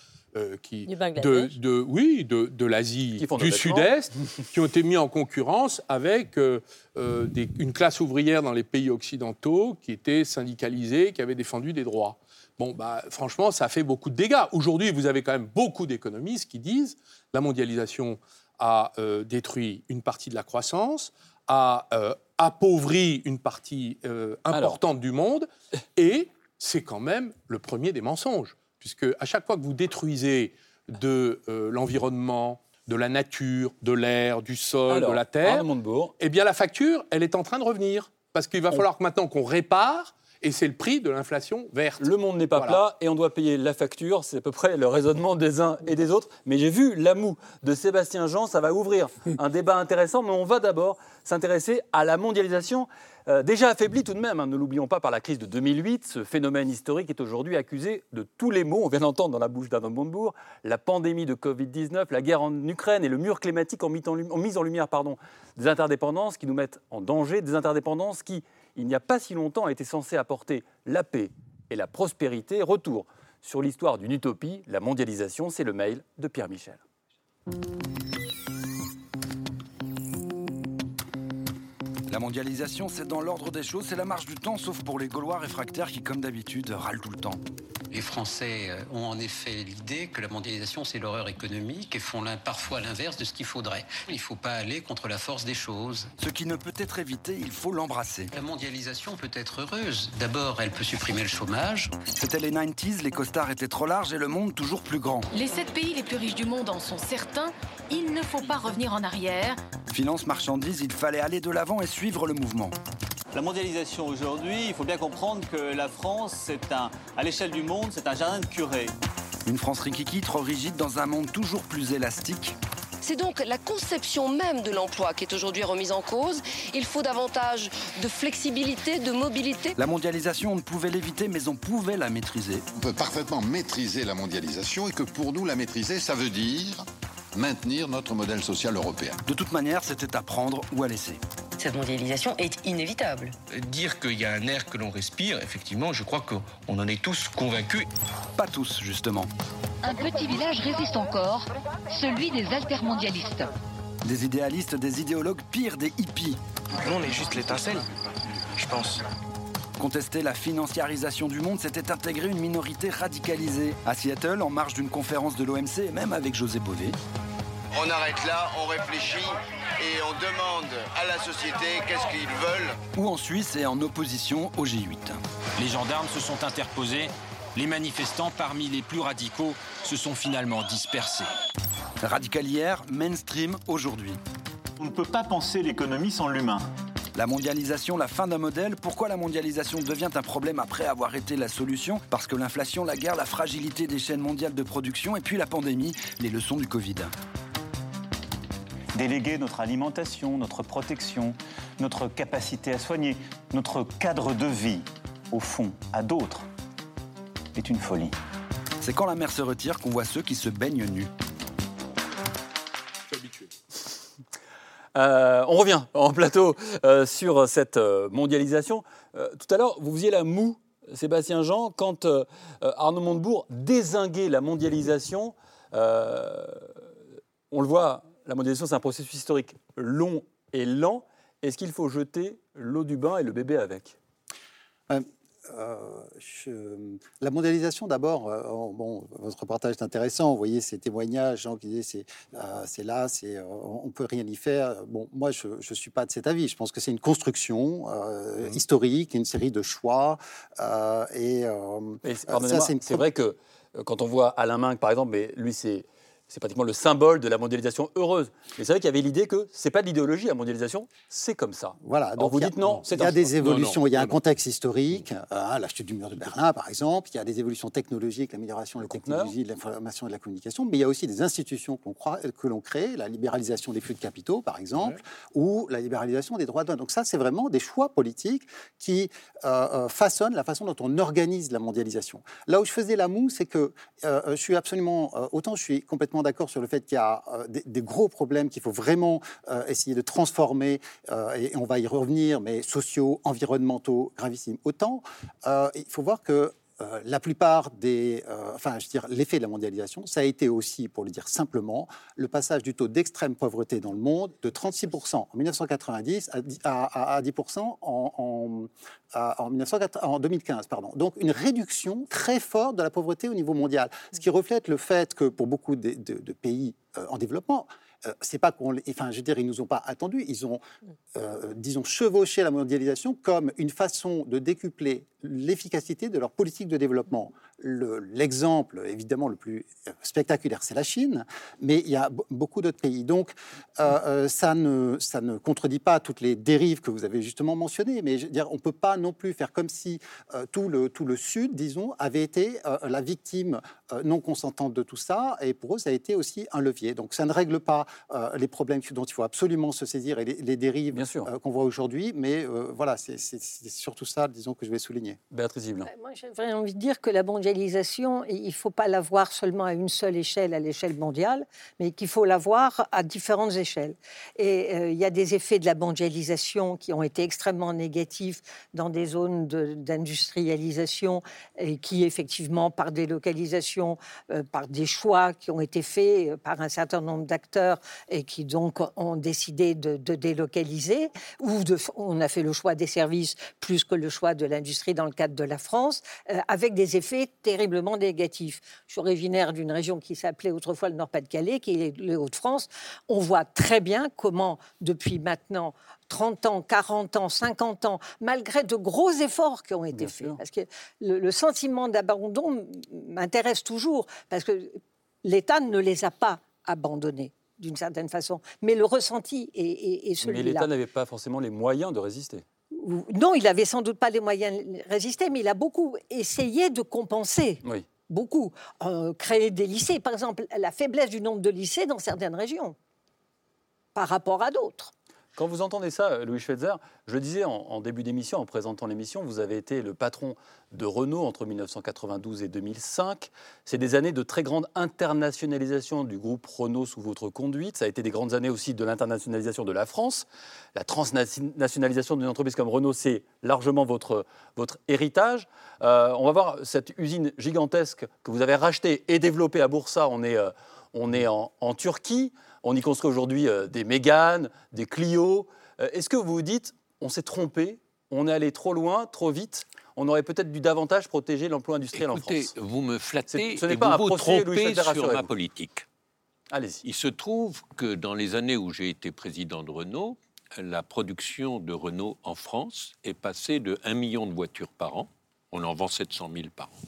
de l'Asie du Sud-Est, qui ont été mis en concurrence avec une classe ouvrière dans les pays occidentaux qui était syndicalisée, qui avait défendu des droits. Franchement, ça fait beaucoup de dégâts. Aujourd'hui, vous avez quand même beaucoup d'économistes qui disent la mondialisation a détruit une partie de la croissance, a appauvri une partie importante du monde, et c'est quand même le premier des mensonges. Puisque à chaque fois que vous détruisez de l'environnement, de la nature, de l'air, du sol, de la terre, eh bien la facture, elle est en train de revenir. Parce qu'il va falloir que maintenant qu'on répare, et c'est le prix de l'inflation verte. Le monde n'est pas plat et on doit payer la facture, c'est à peu près le raisonnement des uns et des autres. Mais j'ai vu la moue de Sébastien Jean, ça va ouvrir un débat intéressant, mais on va d'abord s'intéresser à la mondialisation. Déjà affaibli tout de même, ne l'oublions pas, par la crise de 2008, ce phénomène historique est aujourd'hui accusé de tous les maux, on vient d'entendre dans la bouche d'Adam Montebourg, la pandémie de Covid-19, la guerre en Ukraine et le mur climatique ont mis en lumière des interdépendances qui nous mettent en danger, des interdépendances qui, il n'y a pas si longtemps, étaient censées apporter la paix et la prospérité. Retour sur l'histoire d'une utopie, la mondialisation. C'est le mail de Pierre Michel. La mondialisation, c'est dans l'ordre des choses, c'est la marche du temps, sauf pour les Gaulois réfractaires qui, comme d'habitude, râlent tout le temps. Les Français ont en effet l'idée que la mondialisation, c'est l'horreur économique et font parfois l'inverse de ce qu'il faudrait. Il ne faut pas aller contre la force des choses. Ce qui ne peut être évité, il faut l'embrasser. La mondialisation peut être heureuse. D'abord, elle peut supprimer le chômage. C'était les 90s, les costards étaient trop larges et le monde toujours plus grand. Les 7 pays les plus riches du monde en sont certains. Il ne faut pas revenir en arrière. Finance, marchandises, il fallait aller de l'avant et suivre le mouvement. La mondialisation aujourd'hui, il faut bien comprendre que la France, à l'échelle du monde, c'est un jardin de curés. Une France rikiki, trop rigide dans un monde toujours plus élastique. C'est donc la conception même de l'emploi qui est aujourd'hui remise en cause. Il faut davantage de flexibilité, de mobilité. La mondialisation, on ne pouvait l'éviter, mais on pouvait la maîtriser. On peut parfaitement maîtriser la mondialisation et que pour nous, la maîtriser, ça veut dire maintenir notre modèle social européen. De toute manière, c'était à prendre ou à laisser. Cette mondialisation est inévitable. Dire qu'il y a un air que l'on respire, effectivement, je crois qu'on en est tous convaincus. Pas tous, justement. Un petit village résiste encore, celui des altermondialistes. Des idéalistes, des idéologues, pire, des hippies. Nous, on est juste l'étincelle, je pense. Contester la financiarisation du monde, c'était intégrer une minorité radicalisée. À Seattle, en marge d'une conférence de l'OMC, et même avec José Bové. On arrête là, on réfléchit et on demande à la société qu'est-ce qu'ils veulent. Ou en Suisse et en opposition au G8. Les gendarmes se sont interposés. Les manifestants, parmi les plus radicaux, se sont finalement dispersés. Radical hier, mainstream aujourd'hui. On ne peut pas penser l'économie sans l'humain. La mondialisation, la fin d'un modèle. Pourquoi la mondialisation devient un problème après avoir été la solution? Parce que l'inflation, la guerre, la fragilité des chaînes mondiales de production et puis la pandémie, les leçons du Covid. Déléguer notre alimentation, notre protection, notre capacité à soigner, notre cadre de vie, au fond, à d'autres, est une folie. C'est quand la mer se retire qu'on voit ceux qui se baignent nus. On revient en plateau sur cette mondialisation. Tout à l'heure, vous faisiez la moue, Sébastien Jean, quand Arnaud Montebourg dézinguait la mondialisation. On le voit, la mondialisation, c'est un processus historique long et lent. Est-ce qu'il faut jeter l'eau du bain et le bébé avec ? La mondialisation, d'abord, votre reportage est intéressant. Vous voyez ces témoignages, gens qui disaient c'est là, on peut rien y faire. Bon, moi, je ne suis pas de cet avis. Je pense que c'est une construction historique, une série de choix. C'est vrai que quand on voit Alain Minc, par exemple, mais lui, c'est pratiquement le symbole de la mondialisation heureuse. Mais c'est vrai qu'il y avait l'idée que ce n'est pas de l'idéologie, la mondialisation, c'est comme ça. Voilà, donc vous dites non, c'est il y a des évolutions, il y a un contexte historique, la chute du mur de Berlin, par exemple, il y a des évolutions technologiques, l'amélioration de la technologie, de l'information et de la communication, mais il y a aussi des institutions que l'on crée, la libéralisation des flux de capitaux, par exemple, ou la libéralisation des droits de douane. Donc ça, c'est vraiment des choix politiques qui façonnent la façon dont on organise la mondialisation. Là où je faisais la moue, c'est que je suis absolument... autant je suis complètement d'accord sur le fait qu'il y a des gros problèmes qu'il faut vraiment essayer de transformer, et on va y revenir, mais sociaux, environnementaux, gravissimes. Autant, il faut voir que la plupart l'effet de la mondialisation, ça a été aussi, pour le dire simplement, le passage du taux d'extrême pauvreté dans le monde de 36% en 1990 à 10% en 2015. Pardon. Donc une réduction très forte de la pauvreté au niveau mondial, ce qui reflète le fait que pour beaucoup de pays en développement, c'est pas ils nous ont pas attendus, ils ont, chevauché la mondialisation comme une façon de décupler l'efficacité de leur politique de développement. L'exemple, évidemment, le plus spectaculaire, c'est la Chine, mais il y a beaucoup d'autres pays. Donc, ça ne contredit pas toutes les dérives que vous avez justement mentionnées, mais je veux dire, on ne peut pas non plus faire comme si tout le Sud, disons, avait été la victime non consentante de tout ça, et pour eux, ça a été aussi un levier. Donc, ça ne règle pas les problèmes dont il faut absolument se saisir et les dérives qu'on voit aujourd'hui, mais voilà, c'est surtout ça, disons, que je vais souligner. gagner. Béatrice Gibelin. Moi, j'aurais envie de dire que la mondialisation, il ne faut pas la voir seulement à une seule échelle, à l'échelle mondiale, mais qu'il faut la voir à différentes échelles. Et il y a des effets de la mondialisation qui ont été extrêmement négatifs dans des zones d'industrialisation et qui, effectivement, par délocalisation, par des choix qui ont été faits par un certain nombre d'acteurs et qui, donc, ont décidé de délocaliser, ou on a fait le choix des services plus que le choix de l'industrie dans le cadre de la France, avec des effets terriblement négatifs. Je suis originaire d'une région qui s'appelait autrefois le Nord-Pas-de-Calais, qui est les Hauts-de-France. On voit très bien comment, depuis maintenant 30 ans, 40 ans, 50 ans, malgré de gros efforts qui ont été faits, parce que le sentiment d'abandon m'intéresse toujours, parce que l'État ne les a pas abandonnés, d'une certaine façon. Mais le ressenti est celui-là. Mais l'État n'avait pas forcément les moyens de résister. Non, il n'avait sans doute pas les moyens de résister, mais il a beaucoup essayé de compenser. Oui. Beaucoup. Créer des lycées, par exemple, la faiblesse du nombre de lycées dans certaines régions, par rapport à d'autres. Quand vous entendez ça, Louis Schweitzer, je le disais en début d'émission, en présentant l'émission, vous avez été le patron de Renault entre 1992 et 2005. C'est des années de très grande internationalisation du groupe Renault sous votre conduite. Ça a été des grandes années aussi de l'internationalisation de la France. La transnationalisation d'une entreprise comme Renault, c'est largement votre héritage. On va voir cette usine gigantesque que vous avez rachetée et développée à Bursa. On est en Turquie. On y construit aujourd'hui des Mégane, des Clio. Est-ce que vous vous dites, on s'est trompé, on est allé trop loin, trop vite, on aurait peut-être dû davantage protéger l'emploi industriel en France? Écoutez, vous me flattez ce n'est et pas vous vous trompez sur ma vous. politique. Allez-y. Il se trouve que dans les années où j'ai été président de Renault, la production de Renault en France est passée de 1 million de voitures par an, on en vend 700 000 par an,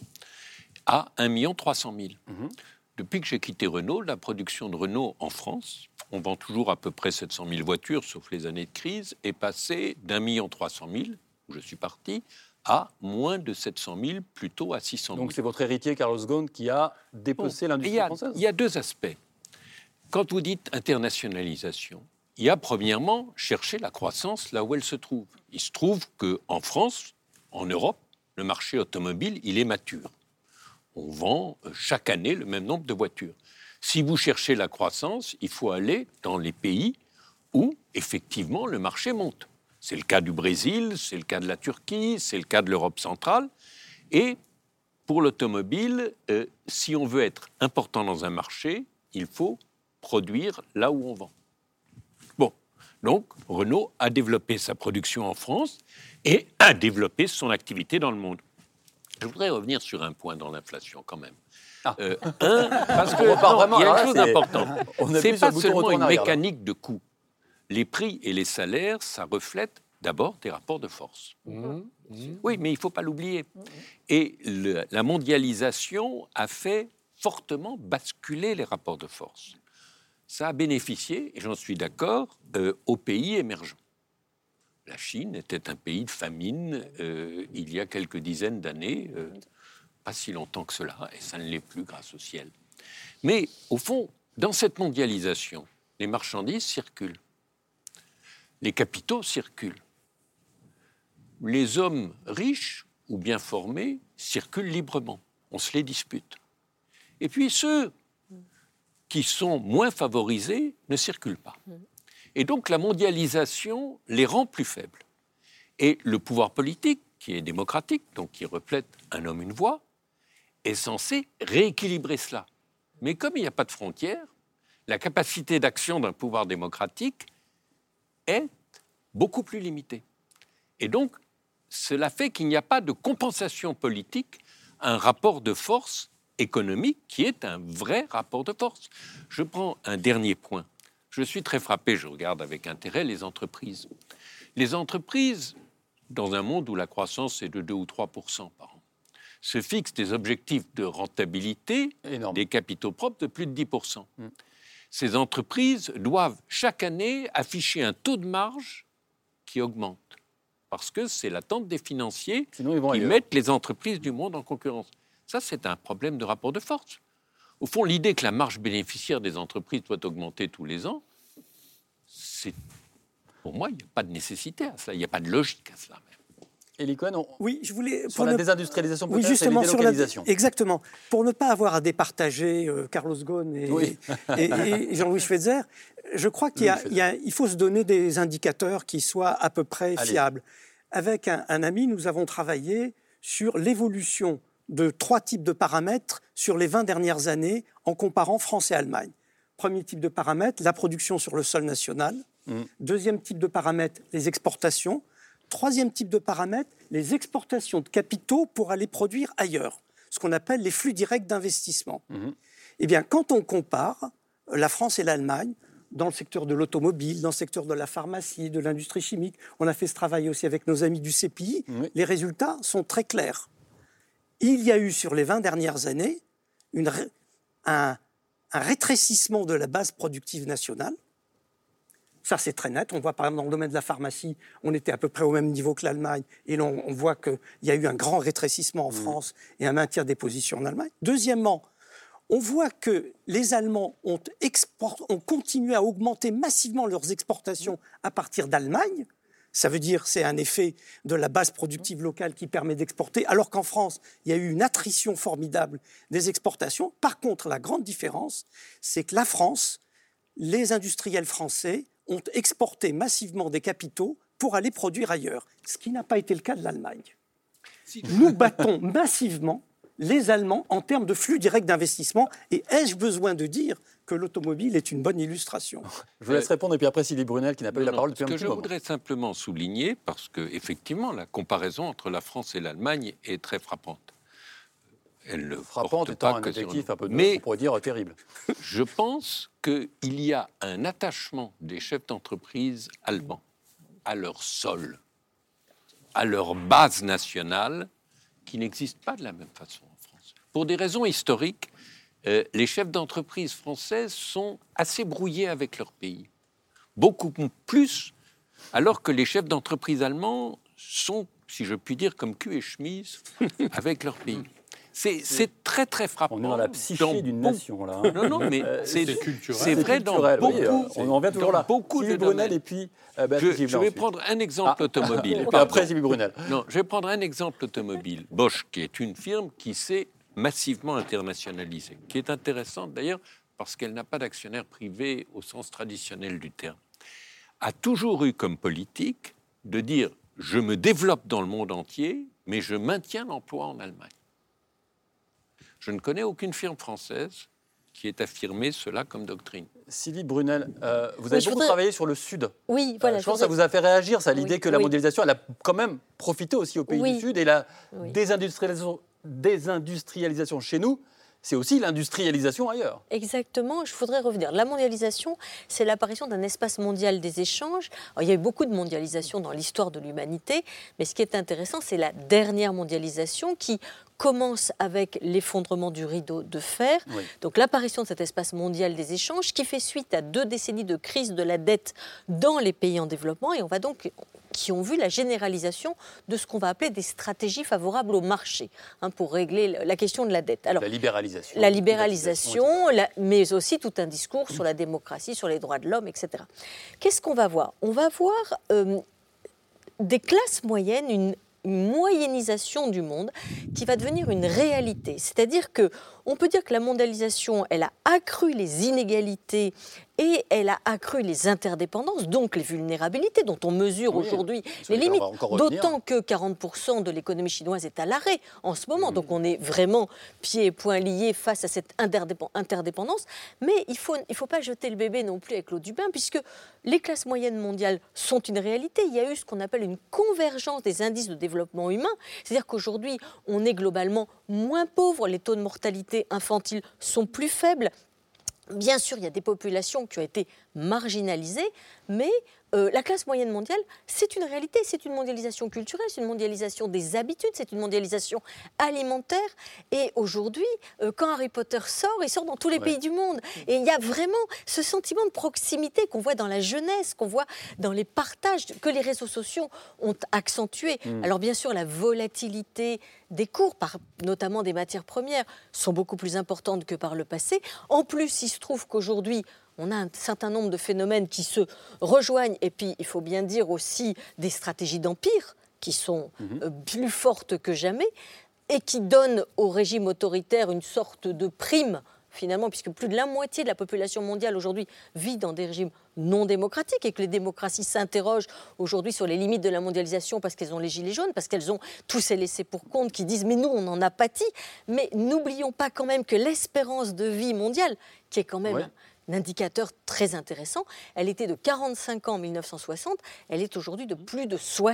à 1 300 000. Depuis que j'ai quitté Renault, la production de Renault en France, on vend toujours à peu près 700 000 voitures, sauf les années de crise, est passée d'1 300 000, où je suis parti, à moins de 700 000, plutôt à 600 000. Donc c'est votre héritier, Carlos Ghosn, qui a dépecé l'industrie française. Il y a deux aspects. Quand vous dites internationalisation, il y a premièrement chercher la croissance là où elle se trouve. Il se trouve qu'en France, en Europe, le marché automobile, il est mature. On vend chaque année le même nombre de voitures. Si vous cherchez la croissance, il faut aller dans les pays où, effectivement, le marché monte. C'est le cas du Brésil, c'est le cas de la Turquie, c'est le cas de l'Europe centrale. Et pour l'automobile, si on veut être important dans un marché, il faut produire là où on vend. Bon, donc Renault a développé sa production en France et a développé son activité dans le monde. Je voudrais revenir sur un point dans l'inflation quand même. Parce que il y a une chose importante. Ce n'est pas seulement une mécanique de coût. Les prix et les salaires, ça reflète d'abord des rapports de force. Oui, mais il ne faut pas l'oublier. Et la mondialisation a fait fortement basculer les rapports de force. Ça a bénéficié, et j'en suis d'accord, aux pays émergents. La Chine était un pays de famine il y a quelques dizaines d'années, pas si longtemps que cela, et ça ne l'est plus grâce au ciel. Mais au fond, dans cette mondialisation, les marchandises circulent, les capitaux circulent, les hommes riches ou bien formés circulent librement, on se les dispute. Et puis ceux qui sont moins favorisés ne circulent pas. Et donc la mondialisation les rend plus faibles. Et le pouvoir politique, qui est démocratique, donc qui reflète un homme, une voix, est censé rééquilibrer cela. Mais comme il n'y a pas de frontières, la capacité d'action d'un pouvoir démocratique est beaucoup plus limitée. Et donc, cela fait qu'il n'y a pas de compensation politique à un rapport de force économique qui est un vrai rapport de force. Je prends un dernier point. Je suis très frappé, je regarde avec intérêt les entreprises. Les entreprises, dans un monde où la croissance est de 2 ou 3% par an, se fixent des objectifs de rentabilité des capitaux propres de plus de 10%. Ces entreprises doivent chaque année afficher un taux de marge qui augmente, parce que c'est l'attente des financiers qui mettent les entreprises du monde en concurrence. Ça, c'est un problème de rapport de force. Au fond, l'idée que la marge bénéficiaire des entreprises doit augmenter tous les ans, pour moi, il n'y a pas de nécessité à cela, il n'y a pas de logique à cela même. Élie Cohen, oui, je voulais sur la désindustrialisation peut-être, oui, justement, et les délocalisations. Exactement. Pour ne pas avoir à départager Carlos Ghosn et Jean-Louis Schweitzer, je crois qu'il faut se donner des indicateurs qui soient à peu près fiables. Avec un ami, nous avons travaillé sur l'évolution de 3 types de paramètres sur les 20 dernières années en comparant France et Allemagne. Premier type de paramètre, la production sur le sol national. Deuxième type de paramètre, les exportations. Troisième type de paramètre, les exportations de capitaux pour aller produire ailleurs, ce qu'on appelle les flux directs d'investissement. Eh bien, quand on compare la France et l'Allemagne, dans le secteur de l'automobile, dans le secteur de la pharmacie, de l'industrie chimique, on a fait ce travail aussi avec nos amis du CPI, les résultats sont très clairs. Il y a eu sur les 20 dernières années un rétrécissement de la base productive nationale. Ça, c'est très net. On voit par exemple dans le domaine de la pharmacie, on était à peu près au même niveau que l'Allemagne. Et là, on voit qu'il y a eu un grand rétrécissement en France et un maintien des positions en Allemagne. Deuxièmement, on voit que les Allemands ont continué à augmenter massivement leurs exportations à partir d'Allemagne. Ça veut dire que c'est un effet de la base productive locale qui permet d'exporter, alors qu'en France, il y a eu une attrition formidable des exportations. Par contre, la grande différence, c'est que la France, les industriels français ont exporté massivement des capitaux pour aller produire ailleurs, ce qui n'a pas été le cas de l'Allemagne. Nous battons massivement les Allemands en termes de flux direct d'investissement. Et ai-je besoin de dire que l'automobile est une bonne illustration? Je vous laisse répondre, et puis après Sylvie Brunel, qui n'a pas eu la parole depuis un petit moment. Je voudrais simplement souligner, parce qu'effectivement, la comparaison entre la France et l'Allemagne est très frappante. Elle ne frappante étant un adjectif un peu dur, on pourrait dire terrible. Je pense qu'il y a un attachement des chefs d'entreprise allemands à leur sol, à leur base nationale, qui n'existe pas de la même façon en France. Pour des raisons historiques, les chefs d'entreprise françaises sont assez brouillés avec leur pays. Beaucoup plus, alors que les chefs d'entreprise allemands sont, si je puis dire, comme cul et chemise avec leur pays. C'est très, très frappant. On est dans la psyché d'une nation, là. Hein. Non, mais c'est culturel. C'est vrai dans beaucoup... on en vient toujours là. Beaucoup Sylvie de Brunel et puis... je vais prendre un exemple automobile. Et puis après, Sylvie Brunel. Non, je vais prendre un exemple automobile. Bosch, qui est une firme qui s'est massivement internationalisée, qui est intéressante d'ailleurs parce qu'elle n'a pas d'actionnaire privé au sens traditionnel du terme, a toujours eu comme politique de dire « je me développe dans le monde entier, mais je maintiens l'emploi en Allemagne ». Je ne connais aucune firme française qui ait affirmé cela comme doctrine. Sylvie Brunel, vous avez beaucoup travaillé sur le Sud. Oui, voilà. Je pense que ça vous a fait réagir, ça, l'idée que la mondialisation, elle a quand même profité aussi aux pays du Sud, et la désindustrialisation chez nous, c'est aussi l'industrialisation ailleurs. Exactement, je voudrais revenir. La mondialisation, c'est l'apparition d'un espace mondial des échanges. Alors, il y a eu beaucoup de mondialisation dans l'histoire de l'humanité, mais ce qui est intéressant, c'est la dernière mondialisation qui commence avec l'effondrement du rideau de fer, donc l'apparition de cet espace mondial des échanges qui fait suite à 2 décennies de crise de la dette dans les pays en développement, et on va donc qui ont vu la généralisation de ce qu'on va appeler des stratégies favorables au marché, pour régler la question de la dette. Alors, la libéralisation. La libéralisation, mais aussi tout un discours sur la démocratie, sur les droits de l'homme, etc. Qu'est-ce qu'on va voir? On va voir des classes moyennes, une moyennisation du monde qui va devenir une réalité. C'est-à-dire qu'on peut dire que la mondialisation, elle a accru les inégalités et elle a accru les interdépendances, donc les vulnérabilités dont on mesure aujourd'hui les limites. D'autant que 40% de l'économie chinoise est à l'arrêt en ce moment. Donc on est vraiment pieds et poings liés face à cette interdépendance. Mais il faut pas jeter le bébé non plus avec l'eau du bain, puisque les classes moyennes mondiales sont une réalité. Il y a eu ce qu'on appelle une convergence des indices de développement humain. C'est-à-dire qu'aujourd'hui, on est globalement moins pauvre, les taux de mortalité infantile sont plus faibles. Bien sûr, il y a des populations qui ont été marginalisées, mais la classe moyenne mondiale, c'est une réalité, c'est une mondialisation culturelle, c'est une mondialisation des habitudes, c'est une mondialisation alimentaire. Et aujourd'hui, quand Harry Potter sort, il sort dans tous les pays du monde. Et il y a vraiment ce sentiment de proximité qu'on voit dans la jeunesse, qu'on voit dans les partages que les réseaux sociaux ont accentué. Alors bien sûr, la volatilité des cours, notamment des matières premières, sont beaucoup plus importantes que par le passé. En plus, il se trouve qu'aujourd'hui, on a un certain nombre de phénomènes qui se rejoignent, et puis il faut bien dire aussi des stratégies d'empire qui sont plus fortes que jamais et qui donnent au régime autoritaire une sorte de prime, finalement, puisque plus de la moitié de la population mondiale aujourd'hui vit dans des régimes non démocratiques et que les démocraties s'interrogent aujourd'hui sur les limites de la mondialisation parce qu'elles ont les gilets jaunes, parce qu'elles ont tous ces laissés pour compte qui disent « mais nous, on en a pâti ». Mais n'oublions pas quand même que l'espérance de vie mondiale, qui est quand même un indicateur très intéressant, elle était de 45 ans en 1960, elle est aujourd'hui de plus de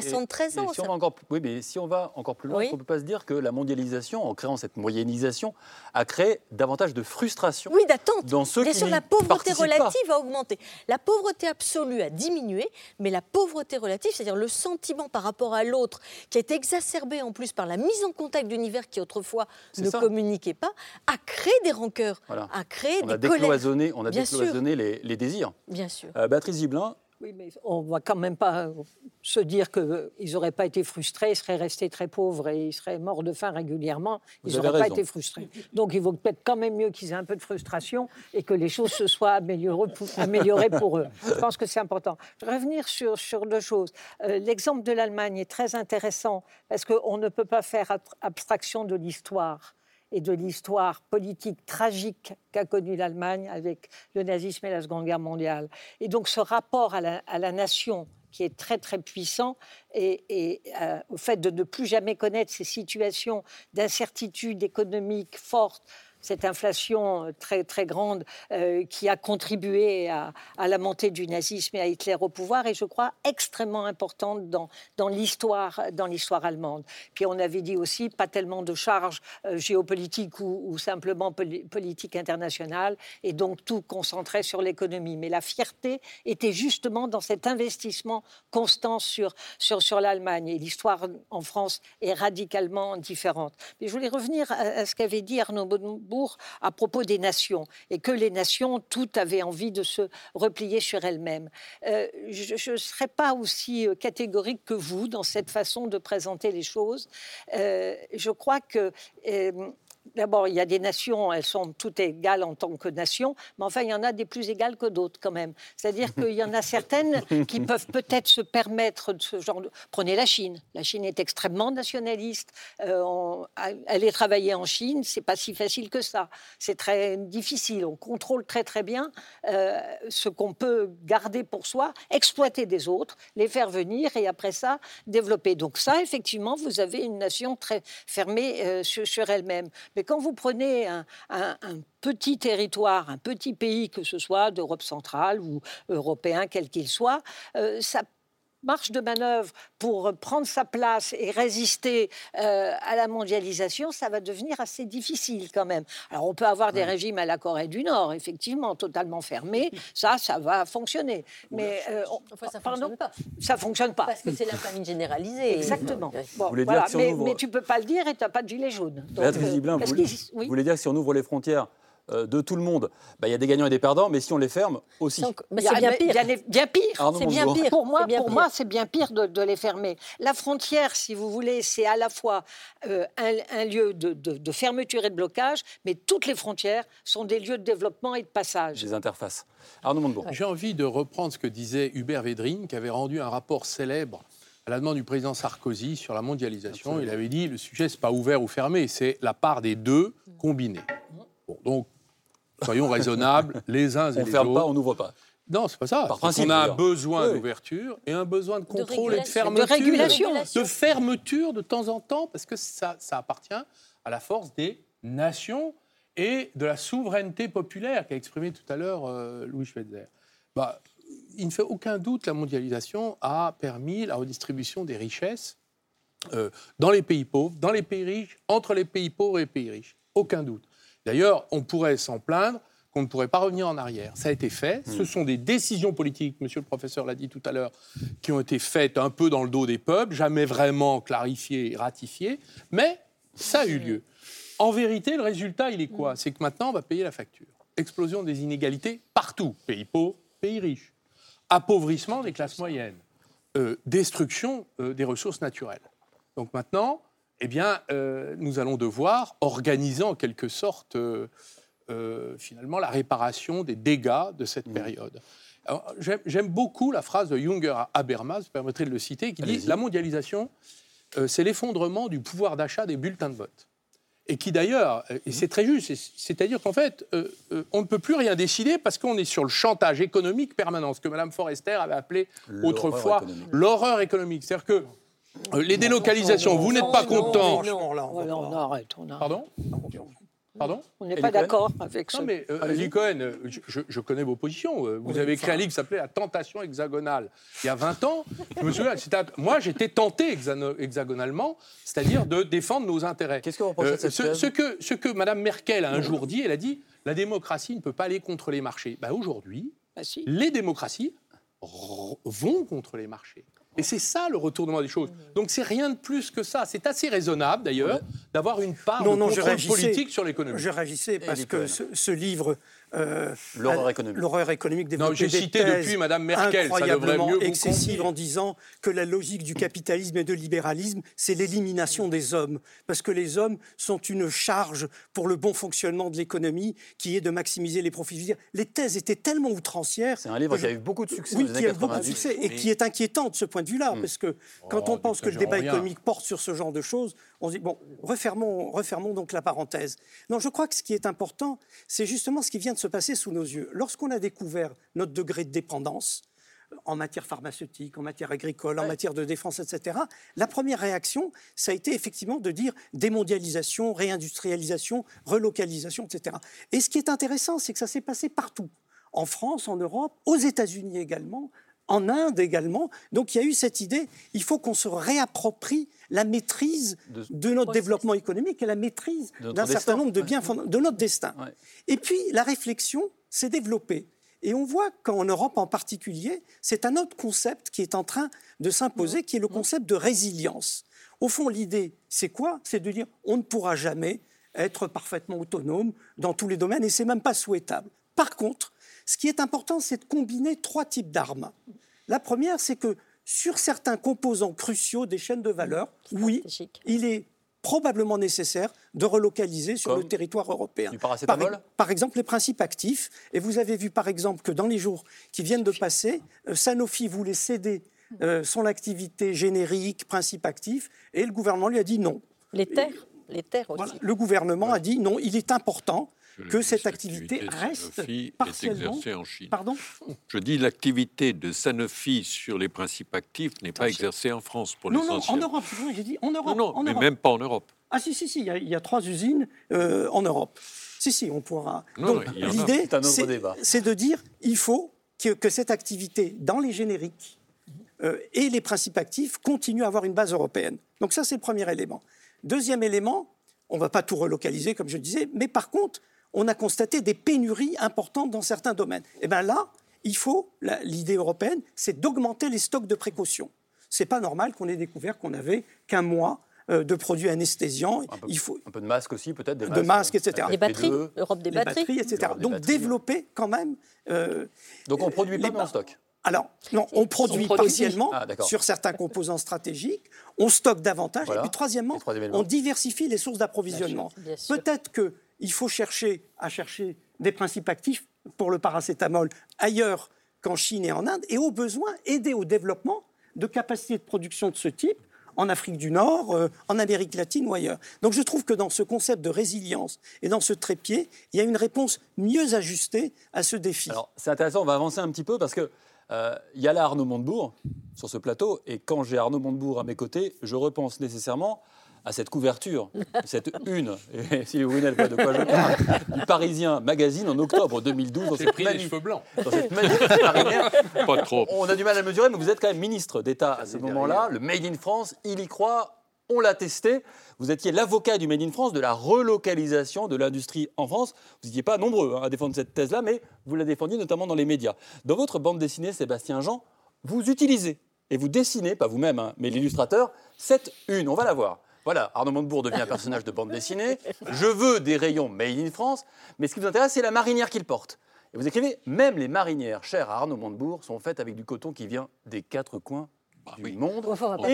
73 ans. Mais si on va encore plus loin, on ne peut pas se dire que la mondialisation, en créant cette moyennisation, a créé davantage de frustration dans ceux qui Bien sûr, la pauvreté relative a augmenté. La pauvreté absolue a diminué, mais la pauvreté relative, c'est-à-dire le sentiment par rapport à l'autre, qui est exacerbé en plus par la mise en contact d'univers qui autrefois ne communiquait pas, a créé des rancœurs, a créé des colères. On a décloisonné les désirs. Bien sûr. Béatrice Gibelin. Oui, mais on ne va quand même pas se dire qu'ils n'auraient pas été frustrés, ils seraient restés très pauvres et ils seraient morts de faim régulièrement. Ils n'auraient pas été frustrés. Donc il vaut peut-être quand même mieux qu'ils aient un peu de frustration et que les choses se soient améliorées pour eux. Je pense que c'est important. Je vais revenir sur deux choses. L'exemple de l'Allemagne est très intéressant parce qu'on ne peut pas faire abstraction de l'histoire et de l'histoire politique tragique qu'a connue l'Allemagne avec le nazisme et la Seconde Guerre mondiale. Et donc ce rapport à la nation qui est très très puissant et au fait de ne plus jamais connaître ces situations d'incertitude économique forte, cette inflation très, très grande qui a contribué à la montée du nazisme et à Hitler au pouvoir, et je crois extrêmement importante dans l'histoire allemande. Puis on avait dit aussi, pas tellement de charges géopolitiques ou simplement politique internationale, et donc tout concentré sur l'économie. Mais la fierté était justement dans cet investissement constant sur l'Allemagne. Et l'histoire en France est radicalement différente. Mais je voulais revenir à ce qu'avait dit Arnaud Montebourg à propos des nations, et que les nations, toutes avaient envie de se replier sur elles-mêmes. Je ne serais pas aussi catégorique que vous dans cette façon de présenter les choses. Je crois que... D'abord, il y a des nations, elles sont toutes égales en tant que nations, mais enfin, il y en a des plus égales que d'autres quand même. C'est-à-dire qu'il y en a certaines qui peuvent peut-être se permettre de ce genre de... Prenez la Chine. La Chine est extrêmement nationaliste. Aller travailler en Chine, c'est pas si facile que ça. C'est très difficile. On contrôle très très bien ce qu'on peut garder pour soi, exploiter des autres, les faire venir et après ça, développer. Donc ça, effectivement, vous avez une nation très fermée sur elle-même. Mais quand vous prenez un petit territoire, un petit pays, que ce soit d'Europe centrale ou européen, quel qu'il soit, ça marche de manœuvre pour prendre sa place et résister à la mondialisation, ça va devenir assez difficile quand même. Alors on peut avoir des régimes à la Corée du Nord, effectivement, totalement fermés, ça va fonctionner. Mais ça ne fonctionne pas. Ça ne fonctionne pas. Parce que c'est la famine généralisée. Exactement. Bon, voilà. Mais tu ne peux pas le dire et tu n'as pas de gilet jaune. Béatrice Gibelin, vous voulez dire que si on ouvre les frontières de tout le monde, il y a des gagnants et des perdants, mais si on les ferme aussi. Mais c'est bien pire. Bien pire. C'est bien pire. Pour moi, c'est bien pire de les fermer. La frontière, si vous voulez, c'est à la fois un lieu de fermeture et de blocage, mais toutes les frontières sont des lieux de développement et de passage. Des interfaces. Arnaud Montebourg. J'ai envie de reprendre ce que disait Hubert Védrine, qui avait rendu un rapport célèbre à la demande du président Sarkozy sur la mondialisation. Absolument. Il avait dit, le sujet, ce n'est pas ouvert ou fermé, c'est la part des deux combinée. Bon, donc, soyons raisonnables, les uns et les autres. On ne ferme pas, on n'ouvre pas. Non, c'est pas ça. Par principe, on a un besoin d'ouverture et un besoin de contrôle et de fermeture. De régulation. De fermeture de temps en temps, parce que ça appartient à la force des nations et de la souveraineté populaire qu'a exprimé tout à l'heure Louis Schweitzer. Il ne fait aucun doute que la mondialisation a permis la redistribution des richesses dans les pays pauvres, dans les pays riches, entre les pays pauvres et les pays riches. Aucun doute. D'ailleurs, on pourrait s'en plaindre qu'on ne pourrait pas revenir en arrière. Ça a été fait. Ce sont des décisions politiques, monsieur le professeur l'a dit tout à l'heure, qui ont été faites un peu dans le dos des peuples, jamais vraiment clarifiées et ratifiées, mais ça a eu lieu. En vérité, le résultat, il est quoi ? C'est que maintenant, on va payer la facture. Explosion des inégalités partout. Pays pauvres, pays riches. Appauvrissement des classes moyennes. Destruction des ressources naturelles. Donc maintenant... nous allons devoir organiser en quelque sorte, finalement, la réparation des dégâts de cette période. Alors, j'aime beaucoup la phrase de Junger à Habermas, vous permettrez de le citer, qui dit « La mondialisation, c'est l'effondrement du pouvoir d'achat des bulletins de vote ». Et qui d'ailleurs, et c'est très juste, c'est-à-dire qu'en fait, on ne peut plus rien décider parce qu'on est sur le chantage économique permanent, ce que Mme Forester avait appelé autrefois l'horreur économique. C'est-à-dire que les délocalisations, vous n'êtes pas content... On arrête. Pardon ? Pardon ? On n'est pas d'accord avec ça. Non, mais Elie Cohen, je connais vos positions. Vous avez écrit un livre qui s'appelait « La tentation hexagonale ». Il y a 20 ans, je me souviens, moi, j'étais tenté hexagonalement, c'est-à-dire de défendre nos intérêts. Qu'est-ce que vous reprochez à cette thèse ? Ce que Mme Merkel a un jour dit, elle a dit « La démocratie ne peut pas aller contre les marchés ». Aujourd'hui, les démocraties vont contre les marchés. Et c'est ça le retournement des choses. Donc c'est rien de plus que ça. C'est assez raisonnable d'ailleurs d'avoir une part de contrôle politique sur l'économie. Je réagissais parce que ce livre... L'horreur économique développait j'ai cité depuis Mme Merkel, ça devrait mieux vous excessive en disant que la logique du capitalisme et de libéralisme, c'est l'élimination des hommes. Parce que les hommes sont une charge pour le bon fonctionnement de l'économie qui est de maximiser les profits. Je veux dire, les thèses étaient tellement outrancières... C'est un livre qui a eu beaucoup de succès. Oui, qui a eu beaucoup de succès et qui est inquiétant de ce point de vue-là. Parce que quand on pense que le débat économique porte sur ce genre de choses, on se dit, bon, refermons donc la parenthèse. Non, je crois que ce qui est important, c'est justement ce qui vient de se passer sous nos yeux. Lorsqu'on a découvert notre degré de dépendance en matière pharmaceutique, en matière agricole, en matière de défense, etc., la première réaction, ça a été effectivement de dire démondialisation, réindustrialisation, relocalisation, etc. Et ce qui est intéressant, c'est que ça s'est passé partout. En France, en Europe, aux États-Unis également, en Inde également. Donc il y a eu cette idée, il faut qu'on se réapproprie la maîtrise de notre développement économique et la maîtrise d'un certain nombre de biens de notre destin. Ouais. Et puis la réflexion s'est développée. Et on voit qu'en Europe en particulier, c'est un autre concept qui est en train de s'imposer, qui est le concept de résilience. Au fond, l'idée, c'est quoi ? C'est de dire on ne pourra jamais être parfaitement autonome dans tous les domaines et c'est même pas souhaitable. Par contre, ce qui est important, c'est de combiner 3 types d'armes. La première, c'est que sur certains composants cruciaux des chaînes de valeur, oui, il est probablement nécessaire de relocaliser sur le territoire européen. Du paracétamol ? Par exemple, les principes actifs. Et vous avez vu, par exemple, que dans les jours qui viennent de passer, Sanofi voulait céder son activité générique, principe actif, et le gouvernement lui a dit non. Les terres aussi. Voilà, le gouvernement a dit non, il est important que cette activité reste partiellement... exercée en Chine. Pardon ? Je dis l'activité de Sanofi sur les principes actifs n'est pas exercée en France pour l'essentiel. Non, en Europe. J'ai dit en Europe. Non, mais même pas en Europe. Ah si, il y a 3 usines en Europe. Si, on pourra... Donc l'idée, c'est de dire il faut que cette activité dans les génériques et les principes actifs continuent à avoir une base européenne. Donc ça, c'est le premier élément. Deuxième élément, on ne va pas tout relocaliser, comme je disais, mais par contre, on a constaté des pénuries importantes dans certains domaines. Et bien là, l'idée européenne, c'est d'augmenter les stocks de précaution. Ce n'est pas normal qu'on ait découvert qu'on n'avait qu'un mois de produits anesthésiants. Un peu de masques aussi, peut-être. De masques, etc. Les batteries, Europe des batteries. etc. Donc développer quand même... Donc on ne produit pas en stock. Alors, non, on produit partiellement sur certains composants stratégiques, on stocke davantage, et puis troisièmement, on diversifie les sources d'approvisionnement. Bien sûr. Peut-être qu'il faut chercher des principes actifs pour le paracétamol ailleurs qu'en Chine et en Inde, et au besoin, aider au développement de capacités de production de ce type en Afrique du Nord, en Amérique latine ou ailleurs. Donc je trouve que dans ce concept de résilience et dans ce trépied, il y a une réponse mieux ajustée à ce défi. Alors c'est intéressant, on va avancer un petit peu parce que il y a là Arnaud Montebourg sur ce plateau, et quand j'ai Arnaud Montebourg à mes côtés, je repense nécessairement à cette couverture, cette une, et si vous voulez de quoi je parle, du Parisien Magazine en octobre 2012. J'ai pris les cheveux blancs. Dans cette magnifique marinière. Pas trop. On a du mal à le mesurer, mais vous êtes quand même ministre d'État à ce moment-là. Le Made in France, il y croit. On l'a testé. Vous étiez l'avocat du Made in France, de la relocalisation de l'industrie en France. Vous n'étiez pas nombreux à défendre cette thèse-là, mais vous la défendiez notamment dans les médias. Dans votre bande dessinée, Sébastien Jean, vous utilisez et vous dessinez, pas vous-même, mais l'illustrateur, cette une. On va la voir. Voilà, Arnaud Montebourg devient un personnage de bande dessinée. Je veux des rayons Made in France, mais ce qui vous intéresse, c'est la marinière qu'il porte. Et vous écrivez, même les marinières chères à Arnaud Montebourg sont faites avec du coton qui vient des 4 coins du monde.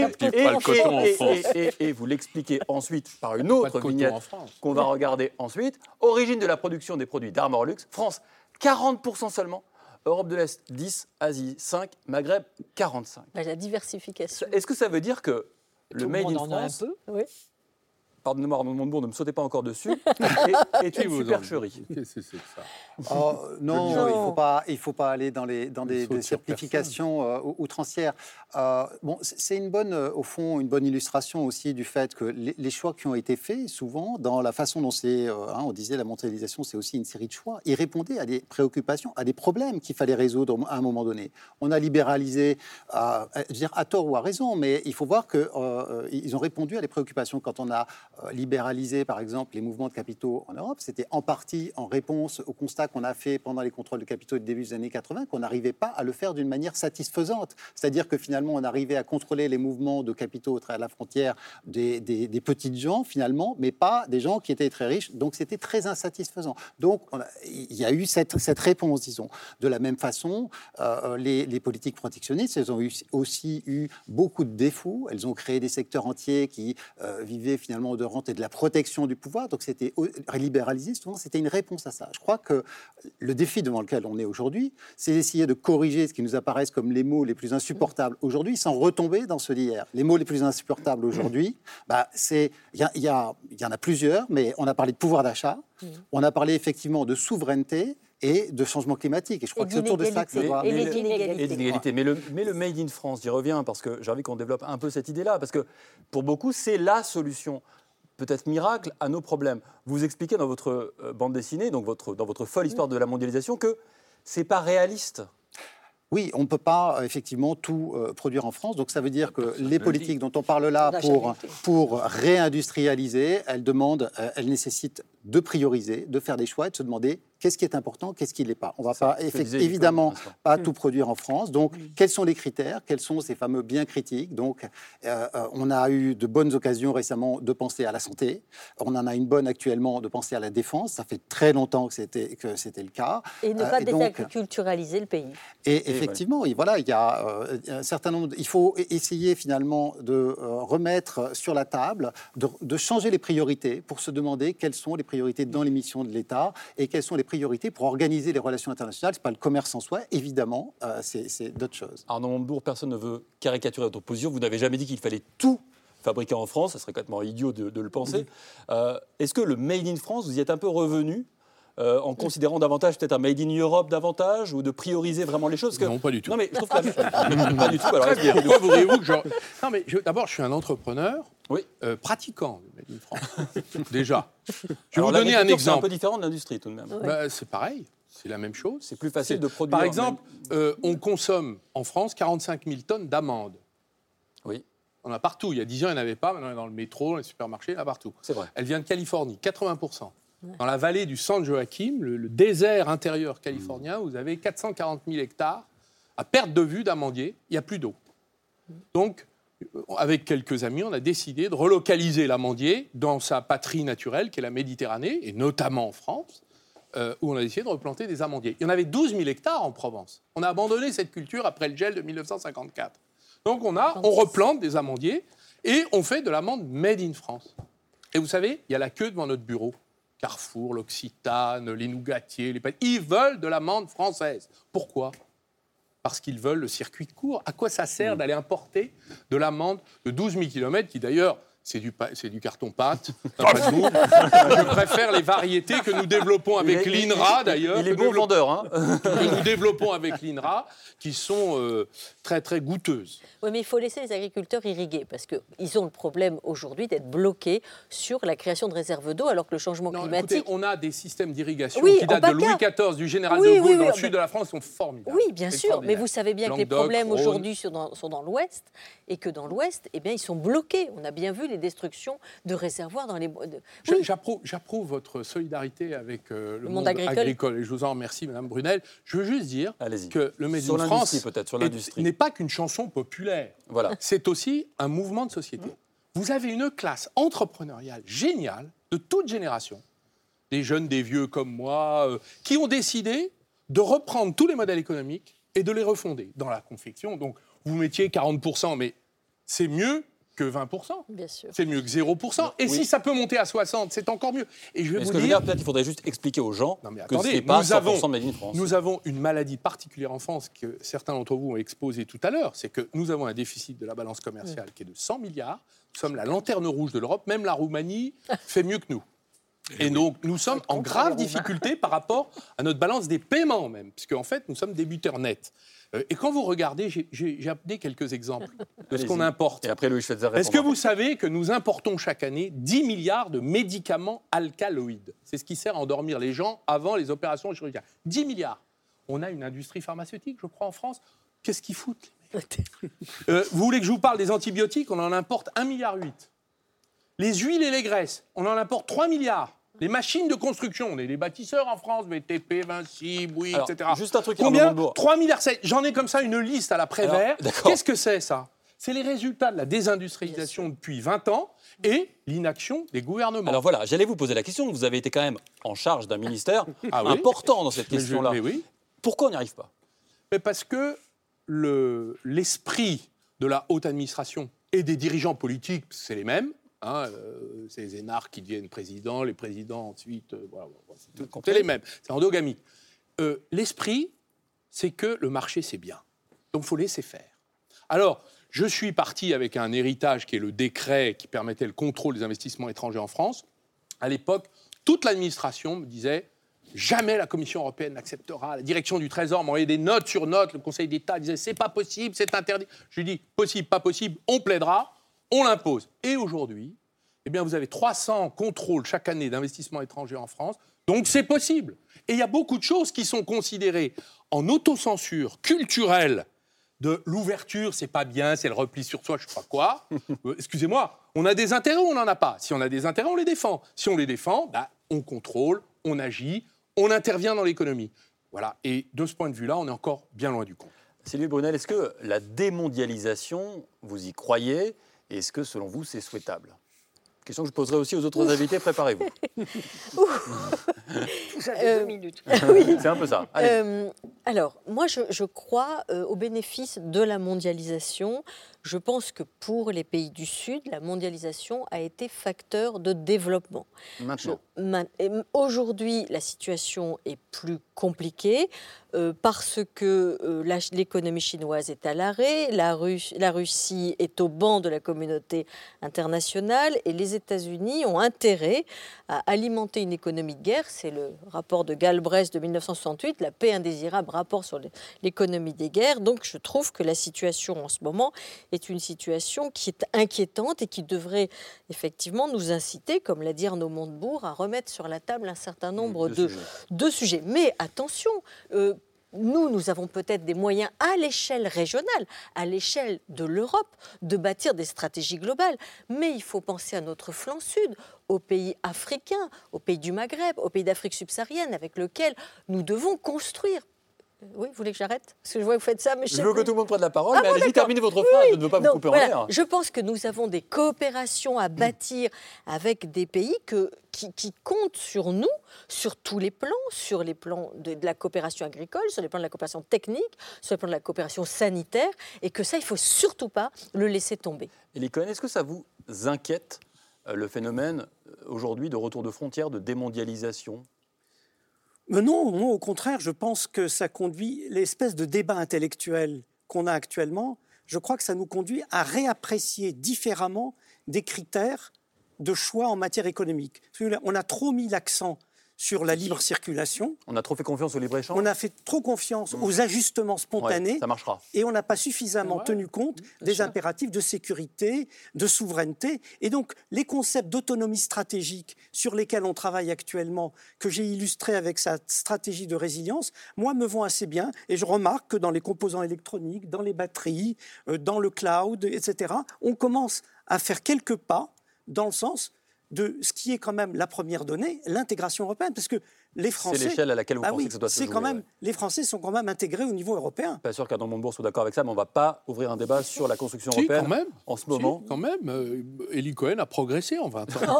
Et vous l'expliquez ensuite par une autre vignette qu'on va regarder ensuite. Origine de la production des produits d'Armor Luxe, France, 40% seulement Europe de l'Est 10, Asie 5, Maghreb 45. La diversification. Est-ce que ça veut dire que le Made in en a un France, peu. Oui. pardonnez-moi Arnaud Montebourg, ne me sautez pas encore dessus, est une supercherie? Qu'est-ce que c'est que ça? Non, il faut pas aller dans des simplifications outrancières. C'est au fond, une bonne illustration aussi du fait que les choix qui ont été faits, souvent, dans la façon dont on disait la mondialisation, c'est aussi une série de choix. Ils répondaient à des préoccupations, à des problèmes qu'il fallait résoudre à un moment donné. On a libéralisé, à tort ou à raison, mais il faut voir qu'ils ont répondu à des préoccupations. Quand on a libéralisé, par exemple, les mouvements de capitaux en Europe, c'était en partie en réponse au constat qu'on a fait pendant les contrôles de capitaux du début des années 80, qu'on n'arrivait pas à le faire d'une manière satisfaisante. C'est-à-dire que finalement, on arrivait à contrôler les mouvements de capitaux à travers la frontière des petites gens, finalement, mais pas des gens qui étaient très riches. Donc, c'était très insatisfaisant. Donc, il y a eu cette réponse, disons. De la même façon, les politiques protectionnistes, elles ont aussi eu beaucoup de défauts. Elles ont créé des secteurs entiers qui vivaient finalement de rente et de la protection du pouvoir. Donc, c'était libéralisé. Souvent, c'était une réponse à ça. Je crois que le défi devant lequel on est aujourd'hui, c'est d'essayer de corriger ce qui nous apparaissent comme les mots les plus insupportables aujourd'hui, sans retomber dans ceux d'hier. Les mots les plus insupportables aujourd'hui, il y en a plusieurs, mais on a parlé de pouvoir d'achat, on a parlé effectivement de souveraineté et de changement climatique. Et je crois que c'est autour de ça que ça doit... Et d'inégalité. Mais le Made in France, j'y reviens, parce que j'ai envie qu'on développe un peu cette idée-là, parce que pour beaucoup, c'est la solution, peut-être miracle, à nos problèmes. Vous expliquez dans votre bande dessinée, donc dans votre folle histoire de la mondialisation, que c'est pas réaliste. Oui, on ne peut pas effectivement tout produire en France. Donc ça veut dire que les politiques dont on parle là pour réindustrialiser, elles nécessitent de prioriser, de faire des choix et de se demander qu'est-ce qui est important, qu'est-ce qui ne l'est pas. On ne va pas évidemment pas tout produire en France. Donc quels sont les critères? Quels sont ces fameux biens critiques? Donc on a eu de bonnes occasions récemment de penser à la santé. On en a une bonne actuellement de penser à la défense. Ça fait très longtemps que c'était le cas. Et ne pas désagriculturaliser le pays. Et effectivement, il y a un certain nombre... Il faut essayer finalement de remettre sur la table, de changer les priorités pour se demander quelles sont les priorités dans les missions de l'État et quelles sont les priorités pour organiser les relations internationales. Ce n'est pas le commerce en soi, évidemment, c'est d'autres choses. Arnaud Montebourg, personne ne veut caricaturer votre position. Vous n'avez jamais dit qu'il fallait tout fabriquer en France. Ce serait complètement idiot de le penser. Est-ce que le Made in France, vous y êtes un peu revenu en considérant davantage peut-être un Made in Europe davantage, ou de prioriser vraiment les choses? Non, pas du tout. Non, mais je trouve que pas du tout. Alors, pourquoi voudriez-vous que Non, mais d'abord, je suis un entrepreneur pratiquant le Made in France. Déjà. Je vais vous donner un exemple. C'est un peu différent de l'industrie, tout de même. C'est pareil. C'est la même chose. C'est plus facile de produire. Par exemple, on consomme en France 45 000 tonnes d'amandes. Oui. On a partout. Il y a 10 ans, il n'y en avait pas. Maintenant, dans le métro, dans les supermarchés, il y en a partout. C'est vrai. Elle vient de Californie, 80%. Dans la vallée du San Joaquin, le désert intérieur californien, vous avez 440 000 hectares à perte de vue d'amandiers. Il n'y a plus d'eau. Donc, avec quelques amis, on a décidé de relocaliser l'amandier dans sa patrie naturelle, qui est la Méditerranée, et notamment en France, où on a décidé de replanter des amandiers. Il y en avait 12 000 hectares en Provence. On a abandonné cette culture après le gel de 1954. Donc, on replante des amandiers et on fait de l'amande made in France. Et vous savez, il y a la queue devant notre bureau. Carrefour, l'Occitane, les Nougatiers, ils veulent de l'amande française. Pourquoi? Parce qu'ils veulent le circuit court. À quoi ça sert d'aller importer de l'amande de 12 000 km, qui d'ailleurs, c'est du carton-pâte. Je préfère les variétés que nous développons avec l'INRA, d'ailleurs. Il est bon vendeur. Hein. Que nous développons avec l'INRA, qui sont très, très goûteuses. Oui, mais il faut laisser les agriculteurs irriguer, parce qu'ils ont le problème aujourd'hui d'être bloqués sur la création de réserves d'eau, alors que le changement climatique... Écoutez, on a des systèmes d'irrigation qui datent de Louis XIV, du général de Gaulle, dans le sud de la France, qui sont formidables. Oui, bien sûr, mais vous savez bien que les problèmes aujourd'hui sont dans l'Ouest, et que dans l'Ouest, ils sont bloqués. On a bien vu les destructions de réservoirs dans les bois. J'approuve votre solidarité avec le monde agricole, et je vous en remercie, Madame Brunel. Je veux juste dire que le Made in France n'est pas qu'une chanson populaire. Voilà. C'est aussi un mouvement de société. Vous avez une classe entrepreneuriale géniale, de toute génération, des jeunes, des vieux comme moi, qui ont décidé de reprendre tous les modèles économiques et de les refonder dans la confection. Donc, vous mettiez 40%, mais c'est mieux que 20%. Bien sûr. C'est mieux que 0%. Et si ça peut monter à 60%, c'est encore mieux. Et je vais vous dire... peut-être qu'il faudrait juste expliquer aux gens que ce attendez, n'est pas 100% de Made in France. Nous avons une maladie particulière en France que certains d'entre vous ont exposé tout à l'heure. C'est que nous avons un déficit de la balance commerciale qui est de 100 milliards. Nous sommes la lanterne rouge de l'Europe. Même la Roumanie fait mieux que nous. Et donc, nous sommes en grave difficulté par rapport à notre balance des paiements même. Puisqu'en fait, nous sommes débuteurs nets. Et quand vous regardez, j'ai amené quelques exemples de ce qu'on importe. Et après, Louis Schweitzer Est-ce que vous savez que nous importons chaque année 10 milliards de médicaments alcaloïdes ? C'est ce qui sert à endormir les gens avant les opérations chirurgicales. 10 milliards. On a une industrie pharmaceutique, je crois, en France. Qu'est-ce qu'ils foutent, les mecs ? Vous voulez que je vous parle des antibiotiques ? On en importe 1,8 milliard. Les huiles et les graisses, on en importe 3 milliards. Les machines de construction, on est les bâtisseurs en France, BTP, Vinci, Bouygues, etc. Juste un truc. Combien ? 3,7 milliards. J'en ai comme ça une liste à la Prévert. Qu'est-ce que c'est, ça ? C'est les résultats de la désindustrialisation depuis 20 ans et l'inaction des gouvernements. Alors voilà, j'allais vous poser la question. Vous avez été quand même en charge d'un ministère important dans cette question-là. Oui. Pourquoi on n'y arrive pas ? Parce que l'esprit de la haute administration et des dirigeants politiques, c'est les mêmes. C'est les énarques qui deviennent présidents, les présidents ensuite, c'est les mêmes, c'est endogamique. L'esprit, c'est que le marché, c'est bien. Donc, il faut laisser faire. Alors, je suis parti avec un héritage qui est le décret qui permettait le contrôle des investissements étrangers en France. À l'époque, toute l'administration me disait « Jamais la Commission européenne n'acceptera. La direction du Trésor m'envoyait des notes sur notes. Le Conseil d'État disait « C'est pas possible, c'est interdit. » Je lui dis « Possible, pas possible, on plaidera. » On l'impose. Et aujourd'hui, vous avez 300 contrôles chaque année d'investissements étrangers en France. Donc, c'est possible. Et il y a beaucoup de choses qui sont considérées en autocensure culturelle de l'ouverture, c'est pas bien, c'est le repli sur soi, je sais pas quoi. Excusez-moi, on a des intérêts ou on n'en a pas ? Si on a des intérêts, on les défend. Si on les défend, on contrôle, on agit, on intervient dans l'économie. Voilà. Et de ce point de vue-là, on est encore bien loin du compte. Sylvie Brunel, est-ce que la démondialisation, vous y croyez ? Et est-ce que, selon vous, c'est souhaitable ? Question que je poserai aussi aux autres invités, préparez-vous. Vous avez 2 minutes. Oui. C'est un peu ça. Alors, moi, je crois au bénéfice de la mondialisation. Je pense que pour les pays du Sud, la mondialisation a été facteur de développement. Maintenant. Aujourd'hui, la situation est plus compliquée parce que l'économie chinoise est à l'arrêt, la Russie est au banc de la communauté internationale et les États-Unis ont intérêt à alimenter une économie de guerre. C'est le rapport de Galbraith de 1968, la paix indésirable, rapport sur l'économie des guerres. Donc je trouve que la situation en ce moment est une situation qui est inquiétante et qui devrait effectivement nous inciter, comme l'a dit Arnaud Montebourg, à remettre sur la table un certain nombre de sujets. Mais attention, nous avons peut-être des moyens à l'échelle régionale, à l'échelle de l'Europe, de bâtir des stratégies globales. Mais il faut penser à notre flanc sud, aux pays africains, aux pays du Maghreb, aux pays d'Afrique subsaharienne, avec lesquels nous devons construire. Oui, vous voulez que j'arrête ? Parce que je vois que vous faites ça. Mais je veux que tout le monde prenne la parole, mais allez-y, terminez votre phrase, je ne veux pas vous couper en l'air. Je pense que nous avons des coopérations à bâtir avec des pays qui comptent sur nous, sur tous les plans, sur les plans de la coopération agricole, sur les plans de la coopération technique, sur les plans de la coopération sanitaire, et que ça, il ne faut surtout pas le laisser tomber. Elie Cohen, est-ce que ça vous inquiète, le phénomène aujourd'hui de retour de frontières, de démondialisation ? Mais non, moi au contraire, je pense que ça conduit, l'espèce de débat intellectuel qu'on a actuellement, je crois que ça nous conduit à réapprécier différemment des critères de choix en matière économique. On a trop mis l'accent sur la libre circulation. On a trop fait confiance au libre-échange. On a fait trop confiance aux ajustements spontanés. Ouais, ça marchera. Et on n'a pas suffisamment tenu compte des impératifs de sécurité, de souveraineté. Et donc, les concepts d'autonomie stratégique sur lesquels on travaille actuellement, que j'ai illustrés avec sa stratégie de résilience, moi, me vont assez bien. Et je remarque que dans les composants électroniques, dans les batteries, dans le cloud, etc., on commence à faire quelques pas dans le sens de ce qui est quand même la première donnée, l'intégration européenne. Parce que les Français... C'est l'échelle à laquelle vous pensez que ça doit se jouer. Quand même, les Français sont quand même intégrés au niveau européen. Pas sûr qu'Arnaud Montebourg soit d'accord avec ça, mais on ne va pas ouvrir un débat sur la construction européenne quand même. En ce moment. Quand même. Eli Cohen a progressé en 20 ans.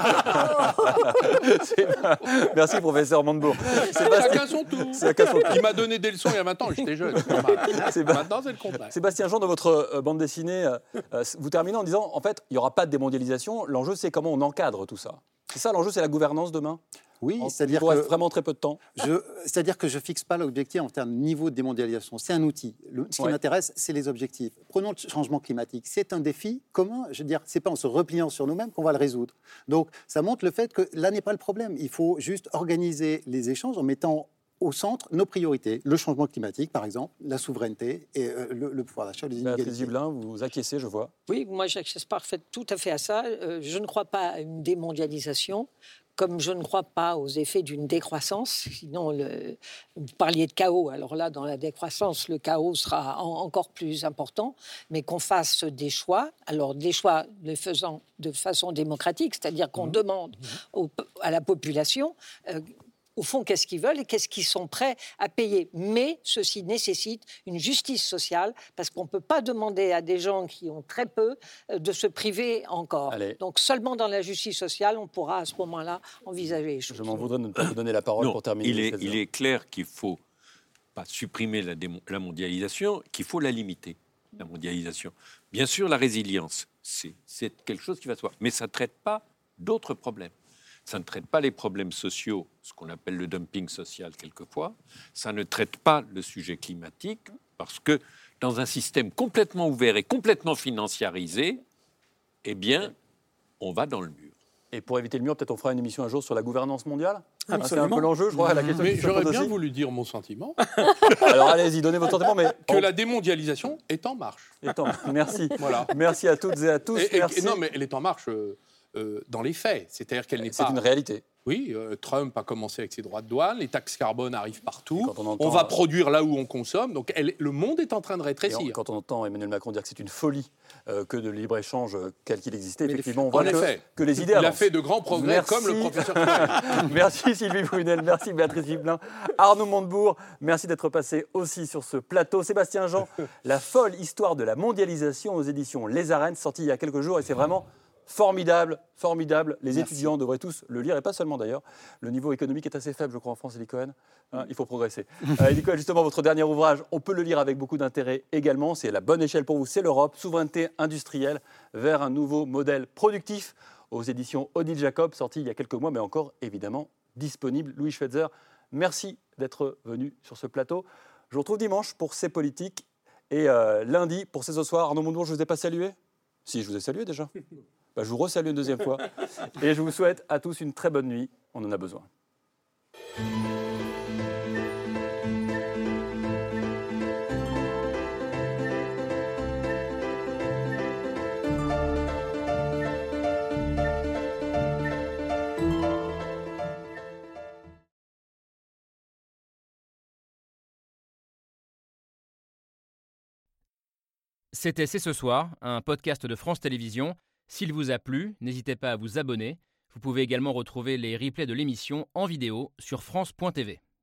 Merci, professeur Montebourg. Chacun son tour. Il m'a donné des leçons il y a 20 ans, j'étais jeune. Maintenant, c'est le contraire. Sébastien Jean, dans votre bande dessinée, vous terminez en disant, en fait, il n'y aura pas de démondialisation. L'enjeu, c'est comment on encadre tout ça. C'est ça, l'enjeu, c'est la gouvernance demain. Oui, c'est-à-dire que vraiment très peu de temps. C'est-à-dire que je fixe pas l'objectif en termes de niveau de démondialisation. C'est un outil. Ce qui m'intéresse, c'est les objectifs. Prenons le changement climatique. C'est un défi commun. Je veux dire, c'est pas en se repliant sur nous-mêmes qu'on va le résoudre. Donc, ça montre le fait que là n'est pas le problème. Il faut juste organiser les échanges en mettant au centre nos priorités, le changement climatique par exemple, la souveraineté et le pouvoir d'achat, les inégalités. Béatrice Gibelin, vous acquiescez, je vois. Oui, moi j'acquiesce tout à fait à ça. Je ne crois pas à une démondialisation, comme je ne crois pas aux effets d'une décroissance. Sinon, vous parliez de chaos. Alors là, dans la décroissance, le chaos sera encore plus important, mais qu'on fasse des choix. Alors des choix les faisant de façon démocratique, c'est-à-dire qu'on demande à la population... au fond, qu'est-ce qu'ils veulent et qu'est-ce qu'ils sont prêts à payer. Mais ceci nécessite une justice sociale, parce qu'on ne peut pas demander à des gens qui ont très peu de se priver encore. Allez. Donc seulement dans la justice sociale, on pourra à ce moment-là envisager les choses. Je m'en voudrais de ne pas vous donner la parole pour terminer. Il est clair qu'il ne faut pas supprimer la mondialisation, qu'il faut la limiter, la mondialisation. Bien sûr, la résilience, c'est quelque chose qui va se voir, mais ça ne traite pas d'autres problèmes. Ça ne traite pas les problèmes sociaux, ce qu'on appelle le dumping social quelquefois. Ça ne traite pas le sujet climatique, parce que dans un système complètement ouvert et complètement financiarisé, eh bien, on va dans le mur. Et pour éviter le mur, peut-être on fera une émission un jour sur la gouvernance mondiale. C'est un peu l'enjeu, je crois, la question. Mais j'aurais bien voulu dire mon sentiment. Alors allez-y, donnez votre sentiment. Mais que la démondialisation est en marche. Merci. Voilà. Merci à toutes et à tous. Merci. Non, mais elle est en marche... dans les faits, c'est-à-dire qu'elle n'est pas... C'est une réalité. Oui, Trump a commencé avec ses droits de douane, les taxes carbone arrivent partout, on va produire là où on consomme, donc le monde est en train de rétrécir. Quand on entend Emmanuel Macron dire que c'est une folie que de libre-échange quel qu'il existait, effectivement, on voit que les idées avancent. Il a fait de grands progrès, comme le professeur Cohen. Merci Sylvie Brunel, merci Béatrice Gibelin, Arnaud Montebourg, merci d'être passé aussi sur ce plateau. Sébastien Jean, La folle histoire de la mondialisation aux éditions Les Arènes, sorti il y a quelques jours, et c'est vraiment... formidable. Les étudiants devraient tous le lire, et pas seulement d'ailleurs. Le niveau économique est assez faible, je crois, en France, Eli Cohen. Il faut progresser. Eli Cohen, justement, votre dernier ouvrage, on peut le lire avec beaucoup d'intérêt également. C'est la bonne échelle pour vous, c'est l'Europe, souveraineté industrielle vers un nouveau modèle productif, aux éditions Odile Jacob, sorti il y a quelques mois, mais encore évidemment disponible. Louis Schweitzer, merci d'être venu sur ce plateau. Je vous retrouve dimanche pour C'est Politique, et lundi pour C'est ce soir. Arnaud Montebourg, je ne vous ai pas salué ? Si, je vous ai salué déjà. Je vous resalue une deuxième fois. Et je vous souhaite à tous une très bonne nuit. On en a besoin. C'était C'est ce soir, un podcast de France Télévisions. S'il vous a plu, n'hésitez pas à vous abonner. Vous pouvez également retrouver les replays de l'émission en vidéo sur France.tv.